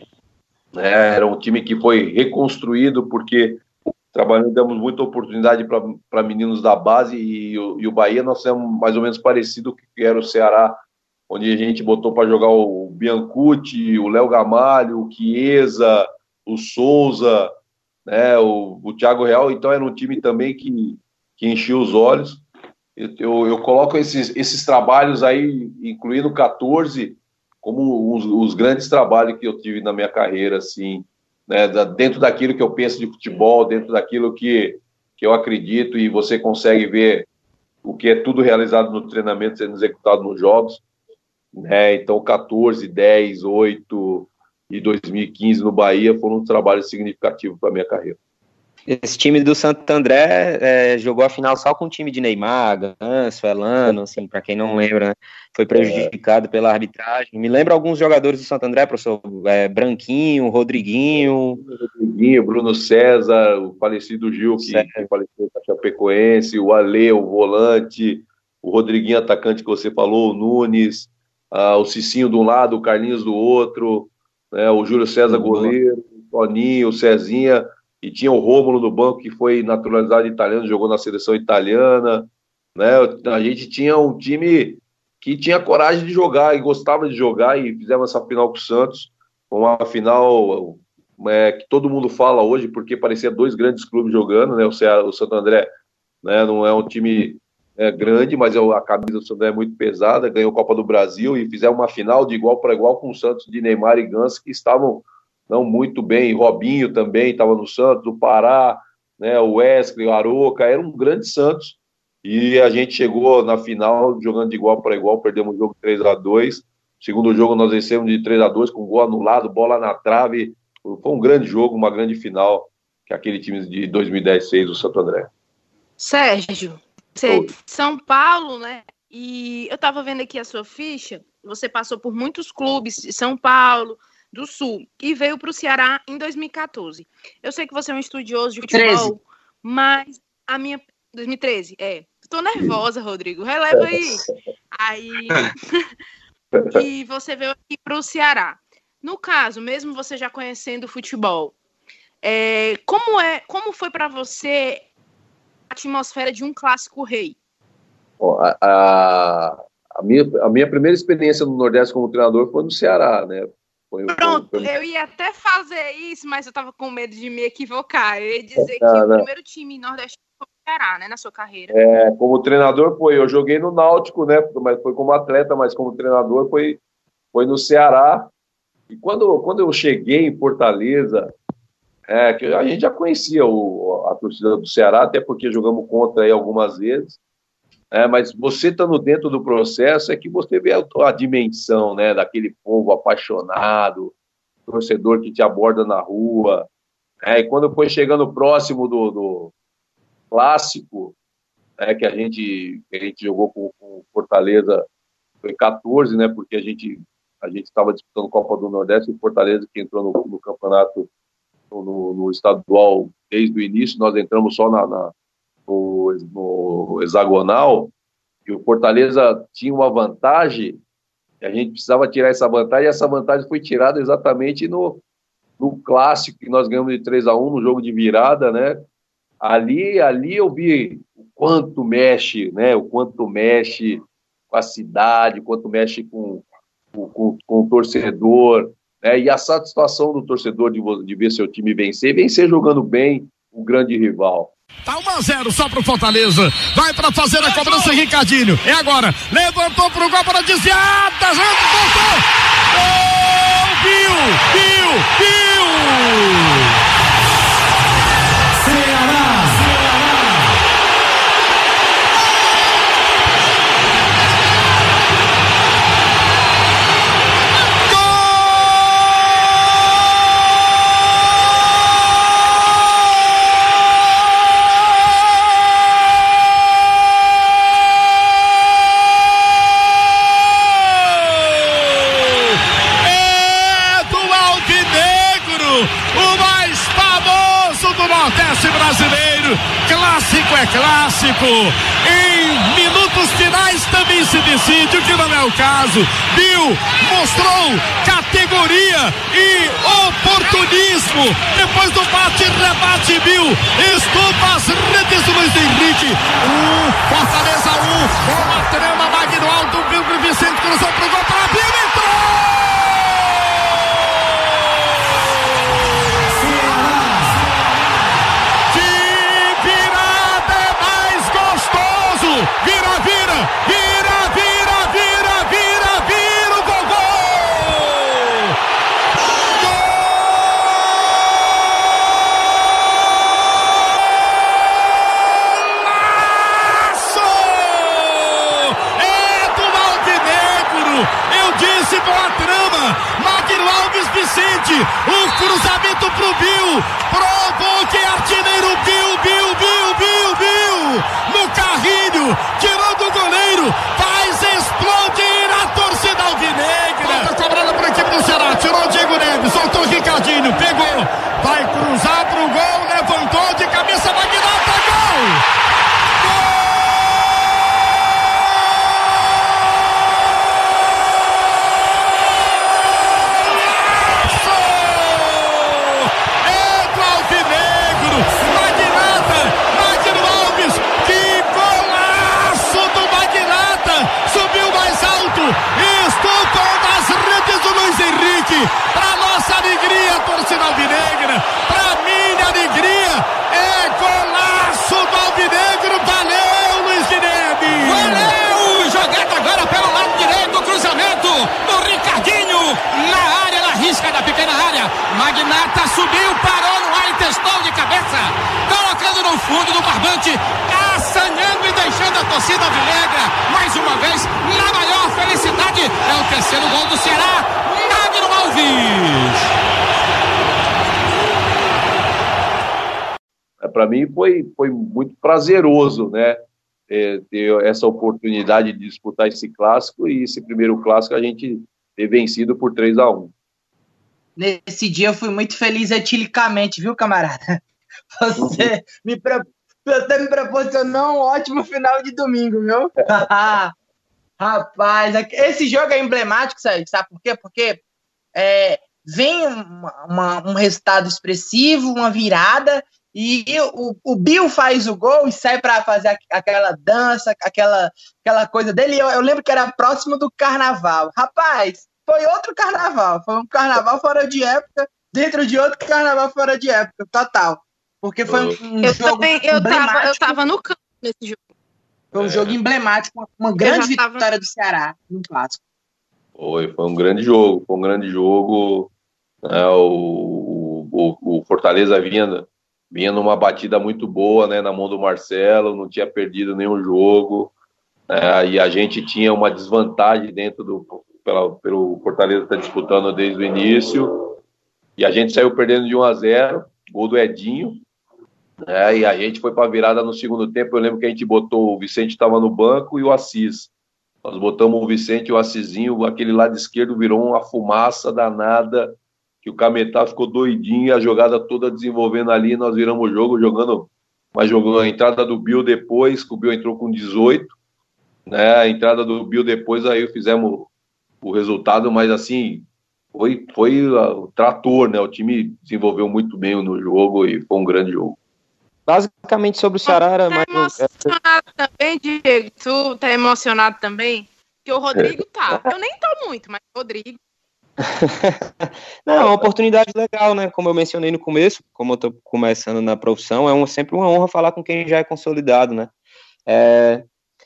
né? Era um time que foi reconstruído, porque trabalhando, demos muita oportunidade para meninos da base, e, o, e o Bahia nós temos mais ou menos parecido com o que era o Ceará, onde a gente botou para jogar o Biancucci, o Léo Gamalho, o Chiesa, o Souza, né, o, o Thiago Real. Então era um time também que, que enchia os olhos. Eu, eu, eu coloco esses, esses trabalhos aí, incluindo quatorze, como os, os grandes trabalhos que eu tive na minha carreira, assim, né, da, dentro daquilo que eu penso de futebol, dentro daquilo que, que eu acredito, e você consegue ver o que é tudo realizado no treinamento sendo executado nos jogos, né? Então quatorze, dez, oito e dois mil e quinze no Bahia foram um trabalho significativo para a minha carreira. Esse time do Santo André é, jogou a final só com o time de Neymar, Ganso, Elano, assim, para quem não lembra, né? Foi prejudicado é. pela arbitragem. Me lembra alguns jogadores do Santo André, professor, é, Branquinho, Rodriguinho. Rodriguinho, Bruno César, o falecido Gil, que, que faleceu com a Chapecoense, o Ale, o volante, o Rodriguinho, atacante que você falou, o Nunes, ah, o Cicinho de um lado, o Carlinhos do outro, né, o Júlio César, goleiro, o Toninho, o Cezinha. E tinha o Rômulo no banco, que foi naturalizado italiano, jogou na seleção italiana, né? A gente tinha um time que tinha coragem de jogar e gostava de jogar, e fizemos essa final com o Santos, uma final é, que todo mundo fala hoje, porque parecia dois grandes clubes jogando, né? O, Ceará, o Santo André, né, não é um time é, grande, mas a camisa do Santo André é muito pesada, ganhou a Copa do Brasil, e fizemos uma final de igual para igual com o Santos de Neymar e Ganso, que estavam não muito bem. Robinho também estava no Santos, o Pará, né, o Wesley, o Aroca, era um grande Santos, e a gente chegou na final jogando de igual para igual, perdemos o jogo três a dois, segundo jogo nós vencemos de três a dois, com gol anulado, bola na trave. Foi um grande jogo, uma grande final que aquele time de dois mil e dez fez, o Santo André. Sérgio, você é de São Paulo, né? E eu estava vendo aqui a sua ficha, você passou por muitos clubes de São Paulo, do Sul, e veio para o Ceará em dois mil e quatorze. Eu sei que você é um estudioso de futebol, treze. Mas a minha... dois mil e treze, é. Estou nervosa, Rodrigo, releva aí. Aí... e você veio aqui para o Ceará. No caso, mesmo você já conhecendo o futebol, é... como, é... como foi para você a atmosfera de um clássico rei? Bom, a, a, a, minha, a minha primeira experiência no Nordeste como treinador foi no Ceará, né? Foi, Pronto, foi, foi... eu ia até fazer isso, mas eu tava com medo de me equivocar. Eu ia dizer não, que não. O primeiro time nordestino foi o Ceará, né, na sua carreira. É, como treinador foi, eu joguei no Náutico, né, mas foi como atleta, mas como treinador foi, foi no Ceará. E quando, quando eu cheguei em Fortaleza, é, que a gente já conhecia o, a torcida do Ceará, até porque jogamos contra aí algumas vezes. É, mas você estando dentro do processo é que você vê a, a dimensão, né, daquele povo apaixonado, torcedor que te aborda na rua. É, e quando foi chegando próximo do, do clássico, é, que a gente, que a gente jogou com, com Fortaleza, foi quatorze, né, porque a gente a gente estava disputando Copa do Nordeste, e Fortaleza que entrou no, no campeonato, no, no estadual desde o início. Nós entramos só na, na No, no hexagonal, e o Fortaleza tinha uma vantagem, e a gente precisava tirar essa vantagem, e essa vantagem foi tirada exatamente no, no clássico, que nós ganhamos de três a um, no jogo de virada, né? ali, ali eu vi o quanto mexe, né? O quanto mexe com a cidade, o quanto mexe com, com, com o torcedor, né? E a satisfação do torcedor de, de ver seu time vencer, vencer jogando bem o grande rival. Tá um a zero só pro Fortaleza. Vai pra fazer a cobrança, Ricardinho. É agora. Levantou pro gol para desviada. Voltou. Gol! Bill! Bill! Bill! Ceará! Brasileiro, clássico é clássico, em minutos finais também se decide, o que não é o caso. Bill mostrou categoria e oportunismo, depois do bate-rebate, Bill estupa as redes do Luiz Henrique. Um, Fortaleza um, boa trama, Magno Alto, Bill Vicente cruzou pro gol para Bill, entrou! Vira, vira, vira, vira, vira, vira, vira o gol, gol! Golaço! É do Alvinegro! Eu disse boa trama! Magno Alves Vicente, o cruzamento pro Bill, provou que artilheiro Bill, Bill, Bill, Bill, Bill, no carrinho, tirando o goleiro, faz explodir a torcida alvinegra. Falta cobrada para a equipe do Ceará, tirou o Diego Neves, soltou o Ricardinho, pegou, vai cruzar pro gol, levantou de cabeça, Magnata, gol! Para nossa alegria, torcida alvinegra, para minha alegria, é golaço do alvinegro. Valeu, Luiz Guilherme! Valeu! Jogada agora pelo lado direito, cruzamento do Ricardinho, na área, na risca da pequena área. Magnata subiu, parou no ar e testou de cabeça, colocando no fundo do barbante, assanhando e deixando a torcida alvinegra mais uma vez na maior felicidade. É o terceiro gol do Ceará. Magno Alves. Para mim foi, foi muito prazeroso, né, é, ter essa oportunidade de disputar esse clássico, e esse primeiro clássico a gente ter vencido por três a um. Nesse dia eu fui muito feliz etilicamente, viu, camarada? Você me, pro... Você me proporcionou um ótimo final de domingo, viu? Rapaz, esse jogo é emblemático, sabe por quê? Porque é, vem uma, uma, um resultado expressivo, uma virada, e o, o Bill faz o gol e sai para fazer aquela dança, aquela, aquela coisa dele. Eu, eu lembro que era próximo do carnaval. Rapaz, foi outro carnaval. Foi um carnaval fora de época, dentro de outro carnaval fora de época, total. Porque foi um, um eu jogo também, eu tava, eu tava no campo nesse jogo. Foi um é. jogo emblemático, uma, uma grande vitória tava... do Ceará no clássico. Foi, foi um grande jogo, foi um grande jogo. Né, o, o, o Fortaleza vinha, vinha numa batida muito boa, né, na mão do Marcelo, não tinha perdido nenhum jogo, né, e a gente tinha uma desvantagem dentro do pela, pelo Fortaleza estar disputando desde o início, e a gente saiu perdendo de um a zero, gol do Edinho, né, e a gente foi para a virada no segundo tempo. Eu lembro que a gente botou, o Vicente estava no banco e o Assis. Nós botamos o Vicente e o Assisinho, aquele lado esquerdo virou uma fumaça danada, que o Cametá ficou doidinho, a jogada toda desenvolvendo ali, nós viramos o jogo, jogando, mas jogou a entrada do Bill depois, que o Bill entrou com dezoito, né, a entrada do Bill depois, aí fizemos o resultado, mas assim, foi, foi o trator, né, o time desenvolveu muito bem no jogo e foi um grande jogo. Basicamente sobre o Ceará era tá mais... emocionado também, Diego? Tu tá emocionado também? Porque o Rodrigo tá. Eu nem tô muito, mas o Rodrigo... Não, é uma oportunidade legal, né? Como eu mencionei no começo, como eu tô começando na profissão, é um, sempre uma honra falar com quem já é consolidado, né? É,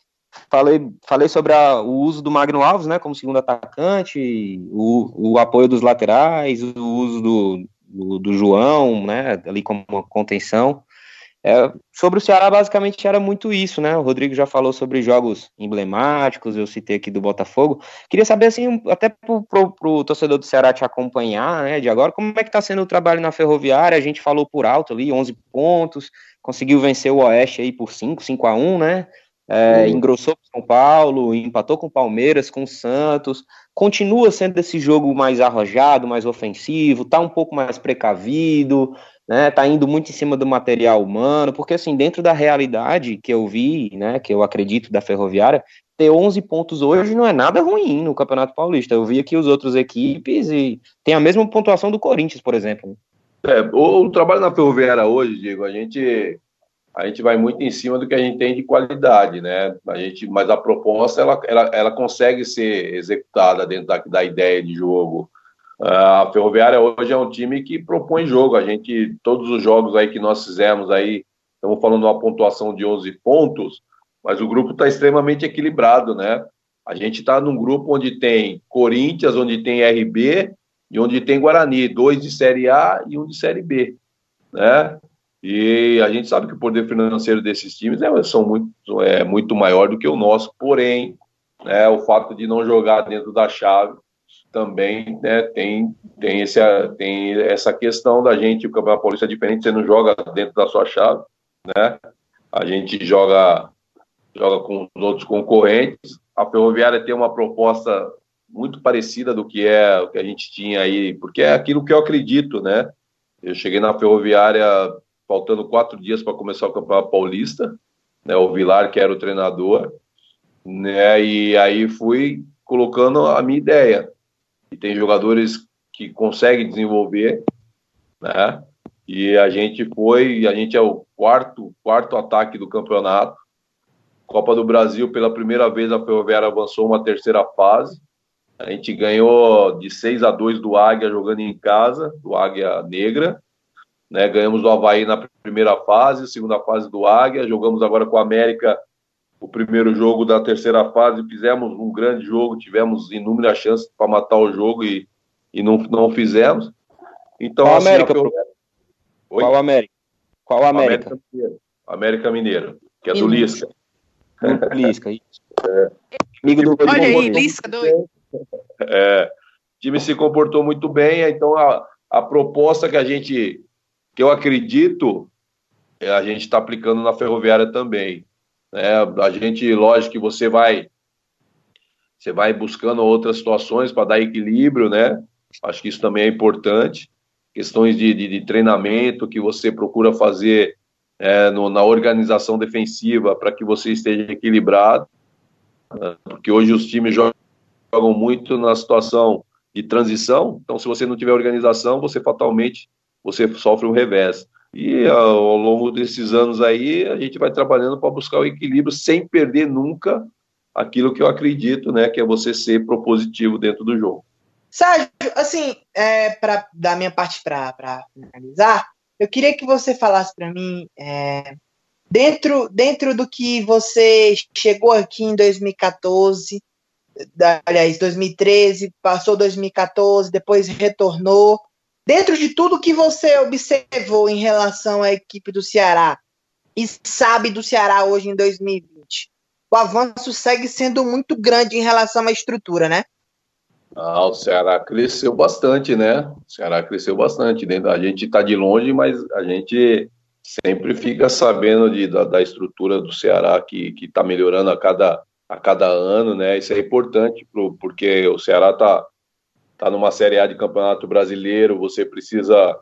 falei, falei sobre a, o uso do Magno Alves, né? Como segundo atacante, o, o apoio dos laterais, o uso do, do, do João, né? Ali como contenção. É, sobre o Ceará, basicamente, era muito isso, né? O Rodrigo já falou sobre jogos emblemáticos, eu citei aqui do Botafogo. Queria saber, assim, até pro, pro, pro torcedor do Ceará te acompanhar, né, de agora, como é que tá sendo o trabalho na Ferroviária? A gente falou por alto ali, onze pontos, conseguiu vencer o Oeste aí por cinco, cinco a um, né? É, uhum. Engrossou com São Paulo, empatou com o Palmeiras, com o Santos. Continua sendo esse jogo mais arrojado, mais ofensivo, tá um pouco mais precavido, né, tá indo muito em cima do material humano, porque assim, dentro da realidade que eu vi, né, que eu acredito da Ferroviária, ter onze pontos hoje não é nada ruim no Campeonato Paulista. Eu vi aqui os outros equipes e tem a mesma pontuação do Corinthians, por exemplo. É, o, o trabalho na Ferroviária hoje, Diego, a gente, a gente vai muito em cima do que a gente tem de qualidade, né, a gente, mas a proposta, ela, ela, ela consegue ser executada dentro da, da ideia de jogo. A Ferroviária hoje é um time que propõe jogo. A gente, todos os jogos aí que nós fizemos aí, estamos falando de uma pontuação de onze pontos, mas o grupo está extremamente equilibrado, né? A gente está num grupo onde tem Corinthians, onde tem R B e onde tem Guarani, dois de Série A e um de Série B, né? E a gente sabe que o poder financeiro desses times é, são muito, é muito maior do que o nosso, porém, né, o fato de não jogar dentro da chave também, né, tem, tem, esse, tem essa questão da gente, o Campeonato Paulista é diferente, você não joga dentro da sua chave, né, a gente joga, joga com os outros concorrentes. A Ferroviária tem uma proposta muito parecida do que é o que a gente tinha aí, porque é aquilo que eu acredito, né, eu cheguei na Ferroviária faltando quatro dias para começar o Campeonato Paulista, né, o Vilar, que era o treinador, né, e aí fui colocando a minha ideia. E tem jogadores que conseguem desenvolver, né? E a gente foi, a gente é o quarto, quarto ataque do campeonato. Copa do Brasil, pela primeira vez, a Ferroviária avançou uma terceira fase. A gente ganhou de seis a dois do Águia jogando em casa, do Águia Negra, né? Ganhamos do Avaí na primeira fase, segunda fase do Águia. Jogamos agora com a América o primeiro jogo da terceira fase, fizemos um grande jogo, tivemos inúmeras chances para matar o jogo e, e não, não fizemos. Então, Qual assim, América? Ferro... Qual América? Qual América? América Mineiro, América Mineiro, que é do Lisca. Do Lisca, isso. É. Amigo do Olha aí, Lisca doido. É, o time se comportou muito bem, então a, a proposta que a gente, que eu acredito, a gente está aplicando na Ferroviária também. É, a gente, lógico que você vai você vai buscando outras situações para dar equilíbrio, né? Acho que isso também é importante. Questões de, de, de treinamento que você procura fazer é, no, na organização defensiva para que você esteja equilibrado, né? Porque hoje os times jogam, jogam muito na situação de transição, então se você não tiver organização, você fatalmente você sofre um revés. E ao longo desses anos aí, a gente vai trabalhando para buscar o equilíbrio sem perder nunca aquilo que eu acredito, né, que é você ser propositivo dentro do jogo. Sérgio, assim, é, pra, da minha parte para finalizar, eu queria que você falasse para mim, é, dentro, dentro do que você chegou aqui em dois mil e quatorze, da, aliás, dois mil e treze, passou dois mil e quatorze, depois retornou, dentro de tudo que você observou em relação à equipe do Ceará e sabe do Ceará hoje em dois mil e vinte, o avanço segue sendo muito grande em relação à estrutura, né? Ah, o Ceará cresceu bastante, né? O Ceará cresceu bastante. A gente está de longe, mas a gente sempre fica sabendo de, da, da estrutura do Ceará que está melhorando a cada, a cada ano, né? Isso é importante pro, porque o Ceará está tá numa Série A de Campeonato Brasileiro, você precisa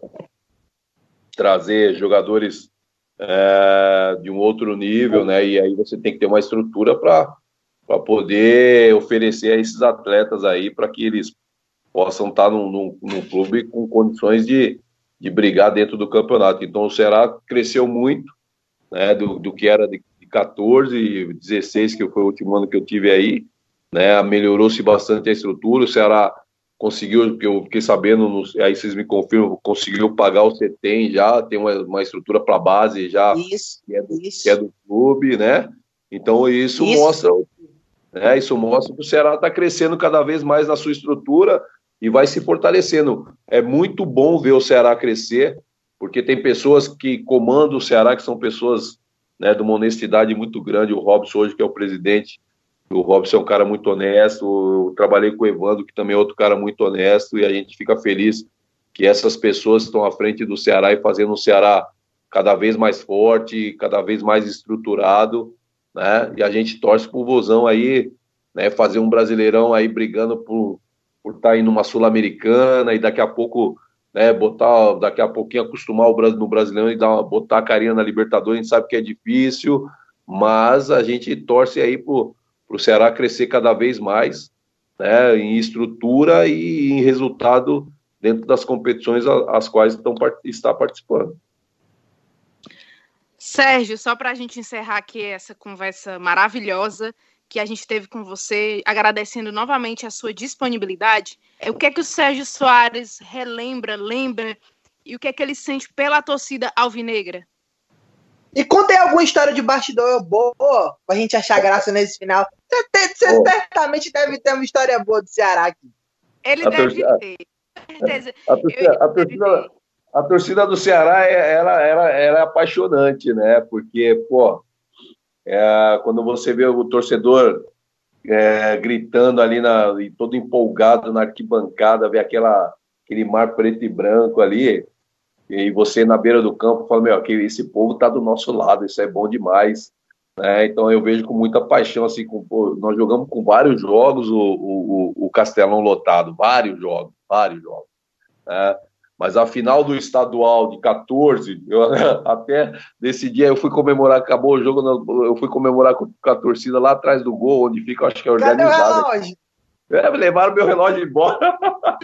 trazer jogadores é, de um outro nível, né? E aí você tem que ter uma estrutura para para poder oferecer a esses atletas aí para que eles possam estar num, num, num clube com condições de, de brigar dentro do campeonato. Então o Ceará cresceu muito, né, do, do que era de, de catorze, dezesseis, que foi o último ano que eu tive aí, né, melhorou-se bastante a estrutura, o Ceará conseguiu, que eu fiquei sabendo, no, aí vocês me confirmam, conseguiu pagar o CETEM já, tem uma, uma estrutura para base já, Isso, que é, do, isso. que é do clube, né, então isso, isso. mostra, né, isso mostra que o Ceará está crescendo cada vez mais na sua estrutura e vai se fortalecendo. É muito bom ver o Ceará crescer, porque tem pessoas que comandam o Ceará, que são pessoas, né, de uma honestidade muito grande. O Robson hoje, que é o presidente, o Robson é um cara muito honesto. Eu trabalhei com o Evandro, que também é outro cara muito honesto, e a gente fica feliz que essas pessoas estão à frente do Ceará e fazendo o Ceará cada vez mais forte, cada vez mais estruturado, né, e a gente torce pro Vozão aí, né, fazer um Brasileirão aí brigando por por estar indo numa Sul-Americana e daqui a pouco, né, botar, daqui a pouquinho acostumar o Brasil no Brasileirão e dar uma, botar a carinha na Libertadores. A gente sabe que é difícil, mas a gente torce aí pro, pro Ceará crescer cada vez mais, né, em estrutura e em resultado dentro das competições às quais estão, está participando. Sérgio, só para a gente encerrar aqui essa conversa maravilhosa que a gente teve com você, agradecendo novamente a sua disponibilidade, é o que é que o Sérgio Soares relembra, lembra, e o que é que ele sente pela torcida alvinegra? E conta aí alguma história de bastidor boa, pra gente achar graça nesse final. Você, tem, você oh. certamente deve ter uma história boa do Ceará aqui. Ele a deve torcida, ter, com certeza. A torcida, a, torcida, a torcida do Ceará, ela, ela, ela é apaixonante, né? Porque, pô, É, quando você vê o torcedor é, gritando ali, na, e todo empolgado na arquibancada, vê aquela, aquele mar preto e branco ali, e você na beira do campo fala, meu, que esse povo tá do nosso lado, isso é bom demais, né? Então eu vejo com muita paixão, assim, com, pô, nós jogamos com vários jogos o, o, o Castelão lotado, vários jogos, vários jogos, né? Mas a final do estadual de catorze, eu até nesse dia eu fui comemorar, acabou o jogo, eu fui comemorar com a torcida lá atrás do gol, onde fica, acho que é organizado. Cadê o relógio? É, levaram meu relógio embora.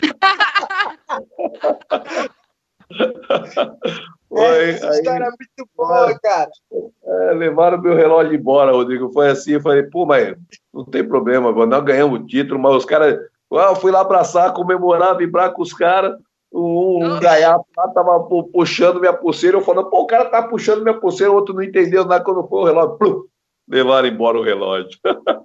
Foi, essa aí, história é muito boa, é, cara. É, levaram meu relógio embora, Rodrigo. Foi assim, eu falei, pô, mas não tem problema, nós ganhamos o título, mas os caras, eu fui lá abraçar, comemorar, vibrar com os caras. Um, um gaiato lá tava puxando minha pulseira, eu falando, pô, o cara tá puxando minha pulseira, o outro não entendeu nada, quando foi o relógio, plum, levaram embora o relógio.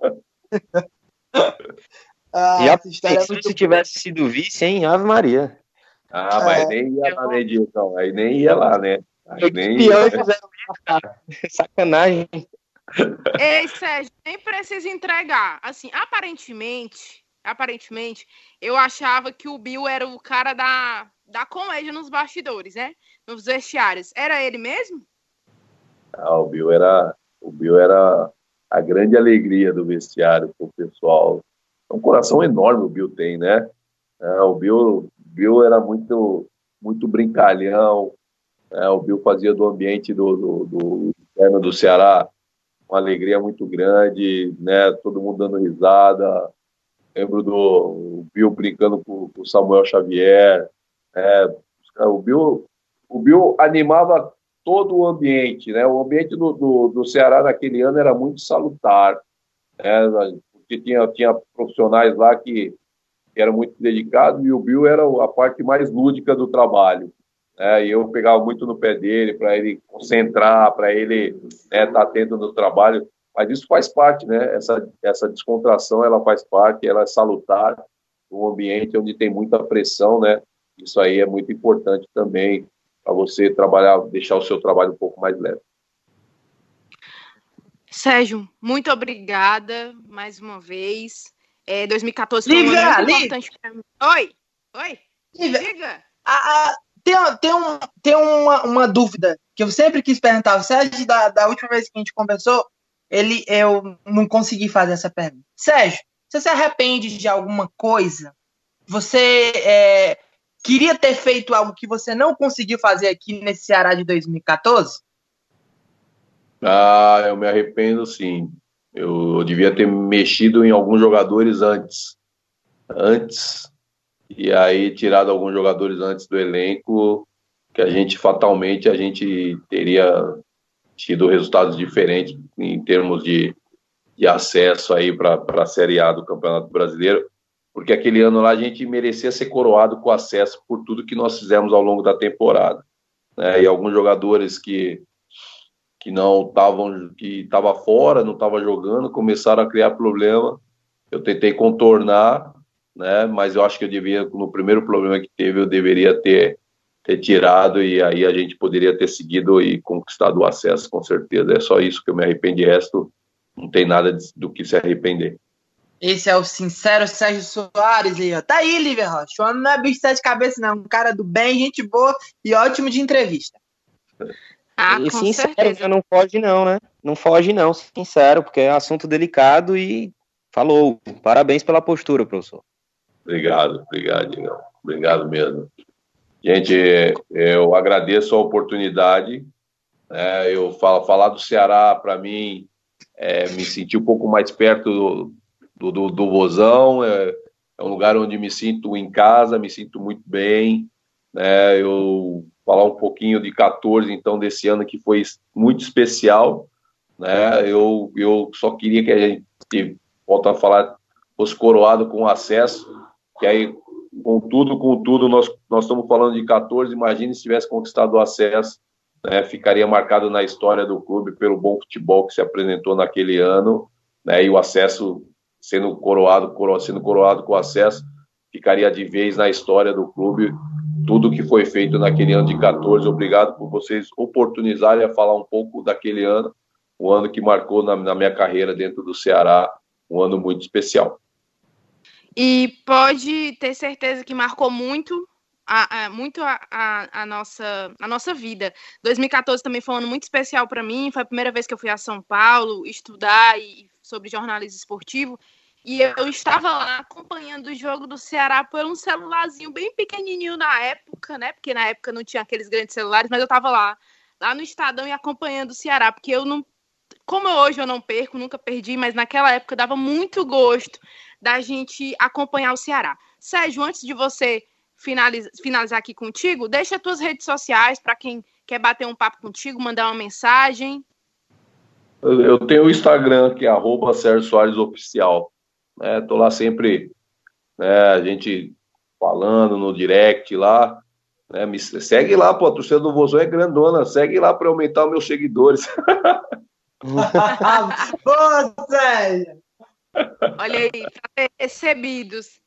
ah, e a história é se tivesse sido vice, hein, Ave Maria. Ah, mas é. nem ia lá, né, Dilson? Aí nem ia lá, né? Aí nem ia, né? Sacanagem. Ei, Sérgio, nem precisa entregar. Assim, aparentemente... Aparentemente, eu achava que o Bill era o cara da, da comédia nos bastidores, né? Nos vestiários. Era ele mesmo? Ah, o Bill era, o Bill era a grande alegria do vestiário pro pessoal. É um coração enorme o Bill tem, né? É, o Bill, Bill era muito, muito brincalhão. É, o Bill fazia do ambiente do, do, do, do, do Ceará uma alegria muito grande, né? Todo mundo dando risada. Lembro do Bill brincando com o Samuel Xavier. É, o, Bill, o Bill animava todo o ambiente, né? O ambiente do, do, do Ceará naquele ano era muito salutar, né? Porque tinha, tinha profissionais lá que, que eram muito dedicados e o Bill era a parte mais lúdica do trabalho. Né? E eu pegava muito no pé dele para ele concentrar, para ele estar, né, tá atento no trabalho. Mas isso faz parte, né? Essa, essa descontração, ela faz parte, ela é salutar num ambiente onde tem muita pressão, né? Isso aí é muito importante também para você trabalhar, deixar o seu trabalho um pouco mais leve. Sérgio, muito obrigada mais uma vez. É, dois mil e catorze foi um ano muito importante para mim. Oi, oi, Lívia, diga. A, a, tem tem, um, tem uma, uma dúvida que eu sempre quis perguntar ao Sérgio, da, da última vez que a gente conversou, Ele, eu não consegui fazer essa pergunta. Sérgio, você se arrepende de alguma coisa? Você é, queria ter feito algo que você não conseguiu fazer aqui nesse Ceará de dois mil e catorze? Ah, eu me arrependo, sim. Eu, eu devia ter mexido em alguns jogadores antes. Antes. E aí tirado alguns jogadores antes do elenco, que a gente fatalmente a gente teria... tido resultados diferentes em termos de, de acesso aí para a Série A do Campeonato Brasileiro, porque aquele ano lá a gente merecia ser coroado com acesso por tudo que nós fizemos ao longo da temporada, né? E alguns jogadores que, que não estavam, que estavam fora, não estavam jogando, começaram a criar problema. Eu tentei contornar, né? Mas eu acho que eu devia, no primeiro problema que teve, eu deveria ter, ter tirado, e aí a gente poderia ter seguido e conquistado o acesso, com certeza. É só isso que eu me arrependo, de resto não tem nada de, do que se arrepender. Esse é o sincero Sérgio Soares aí, ó. Tá aí, Lívia Rocha. O homem não é bicho de sete cabeças, não. Um cara do bem, gente boa e ótimo de entrevista. Ah, e com sincero, certeza. não foge não, né? Não foge não, sincero, porque é assunto delicado e falou. Parabéns pela postura, professor. Obrigado, obrigado, Digão. Obrigado mesmo. Gente, eu agradeço a oportunidade. É, eu falo, falar do Ceará, para mim, é, me sentir um pouco mais perto do, do, do Vozão. É, é um lugar onde me sinto em casa, me sinto muito bem. Né? Eu falar um pouquinho de quatorze, então, desse ano que foi muito especial. Né? Eu, eu só queria que a gente, volta a falar, fosse coroado com acesso, que aí, com tudo, com tudo, nós, nós estamos falando de quatorze, imagine se tivesse conquistado o acesso, né, ficaria marcado na história do clube pelo bom futebol que se apresentou naquele ano, né, e o acesso sendo coroado, coro, sendo coroado com o acesso, ficaria de vez na história do clube, tudo que foi feito naquele ano de quatorze. Obrigado por vocês oportunizarem a falar um pouco daquele ano, um ano que marcou na, na minha carreira dentro do Ceará, um ano muito especial. E pode ter certeza que marcou muito a, a, muito a, a, a, nossa, a nossa vida. dois mil e quatorze também foi um ano muito especial para mim. Foi a primeira vez que eu fui a São Paulo estudar e, sobre jornalismo esportivo. E eu estava lá acompanhando o jogo do Ceará por um celularzinho bem pequenininho na época, né? Porque na época não tinha aqueles grandes celulares, mas eu estava lá, lá no Estadão e acompanhando o Ceará, porque eu não... Como hoje eu não perco, nunca perdi, mas naquela época dava muito gosto da gente acompanhar o Ceará. Sérgio, antes de você finalizar, finalizar aqui contigo, deixa as tuas redes sociais para quem quer bater um papo contigo, mandar uma mensagem. Eu tenho o Instagram, que é arroba Sérgio Soares Oficial. É, tô lá sempre, né, a gente falando no direct lá. Né, me segue lá, pô, a torcida do Vozão é grandona. Segue lá para aumentar os meus seguidores. Pô, Sérgio! Olha aí, para ter recebidos.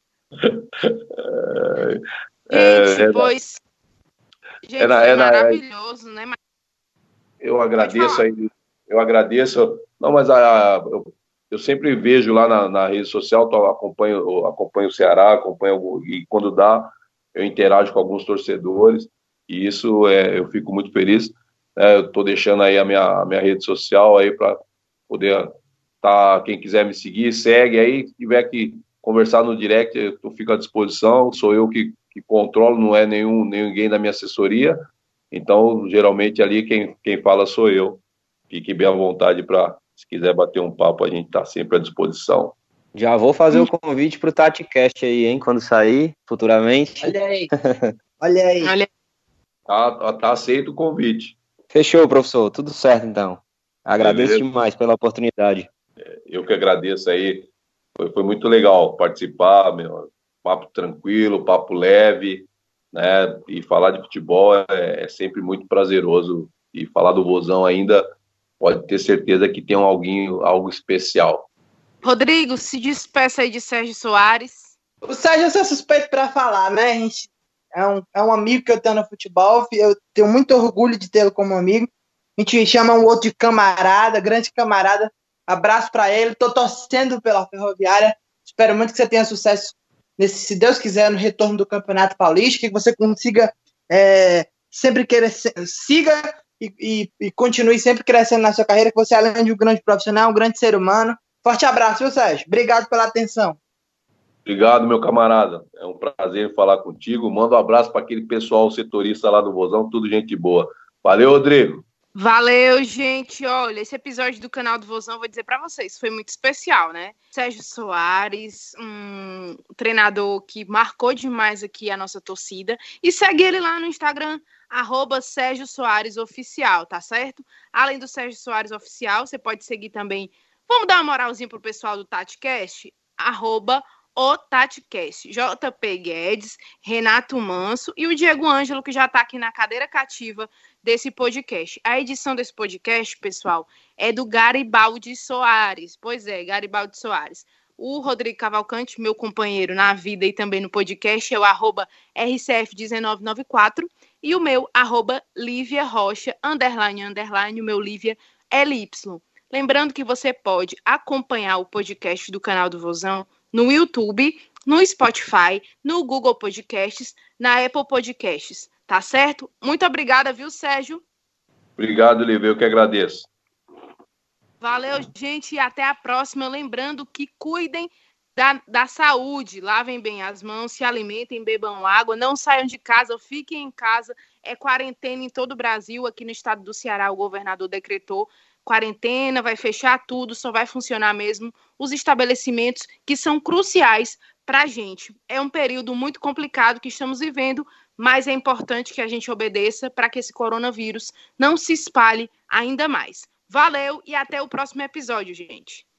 É, gente, é, pois... Gente, é, foi é, maravilhoso, é, né? Eu agradeço aí, eu agradeço. Não, mas a, a, eu, eu sempre vejo lá na, na rede social, tô, acompanho, acompanho o Ceará, acompanho, e quando dá, eu interajo com alguns torcedores, e isso é, eu fico muito feliz. É, eu estou deixando aí a minha, a minha rede social aí para poder tá, quem quiser me seguir, segue aí, se tiver que conversar no direct, eu fico à disposição, sou eu que, que controlo, não é nenhum, ninguém da minha assessoria, então geralmente ali quem, quem fala sou eu. Fique bem à vontade para, se quiser bater um papo, a gente está sempre à disposição. Já vou fazer o convite pro TatiCast aí, hein, quando sair, futuramente. Olha aí, olha aí. Olha... Tá, tá aceito o convite. Fechou, professor, tudo certo então. Agradeço Beleza. demais pela oportunidade. Eu que agradeço aí, foi, foi muito legal participar, meu, papo tranquilo, papo leve, né, e falar de futebol é, é sempre muito prazeroso, e falar do Vozão ainda, pode ter certeza que tem alguém, algo especial. Rodrigo, se despeça aí de Sérgio Soares. O Sérgio eu sou suspeito para falar, né? A gente é um, é um amigo que eu tenho no futebol, eu tenho muito orgulho de tê-lo como amigo. A gente chama um outro de camarada, grande camarada. Abraço para ele, tô torcendo pela Ferroviária. Espero muito que você tenha sucesso nesse, se Deus quiser, no retorno do Campeonato Paulista, que você consiga é, sempre querer siga e, e, e continue sempre crescendo na sua carreira, que você, além de um grande profissional, um grande ser humano. Forte abraço, viu, Sérgio? Obrigado pela atenção. Obrigado, meu camarada. É um prazer falar contigo. Manda um abraço para aquele pessoal setorista lá do Vozão, tudo gente boa. Valeu, Rodrigo. Valeu, gente. Olha, esse episódio do canal do Vozão, vou dizer para vocês, foi muito especial, né? Sérgio Soares, um treinador que marcou demais aqui a nossa torcida. E segue ele lá no Instagram, arroba Sérgio Soares Oficial, tá certo? Além do Sérgio Soares Oficial, você pode seguir também. Vamos dar uma moralzinha pro pessoal do TatiCast? Arroba o TatiCast, J P Guedes, Renato Manso e o Diego Ângelo, que já está aqui na cadeira cativa desse podcast. A edição desse podcast, pessoal, é do Garibaldi Soares. Pois é, Garibaldi Soares. O Rodrigo Cavalcante, meu companheiro na vida e também no podcast, é o arroba R C F um nove nove quatro e o meu, arroba Lívia Rocha, underline, underline, o meu Lívia L Y. Lembrando que você pode acompanhar o podcast do canal do Vozão no YouTube, no Spotify, no Google Podcasts, na Apple Podcasts, tá certo? Muito obrigada, viu, Sérgio? Obrigado, Lívia, eu que agradeço. Valeu, gente, e até a próxima. Lembrando que cuidem da, da saúde, lavem bem as mãos, se alimentem, bebam água, não saiam de casa, fiquem em casa. É quarentena em todo o Brasil, aqui no estado do Ceará o governador decretou quarentena, vai fechar tudo, só vai funcionar mesmo os estabelecimentos que são cruciais para a gente. É um período muito complicado que estamos vivendo, mas é importante que a gente obedeça para que esse coronavírus não se espalhe ainda mais. Valeu e até o próximo episódio, gente.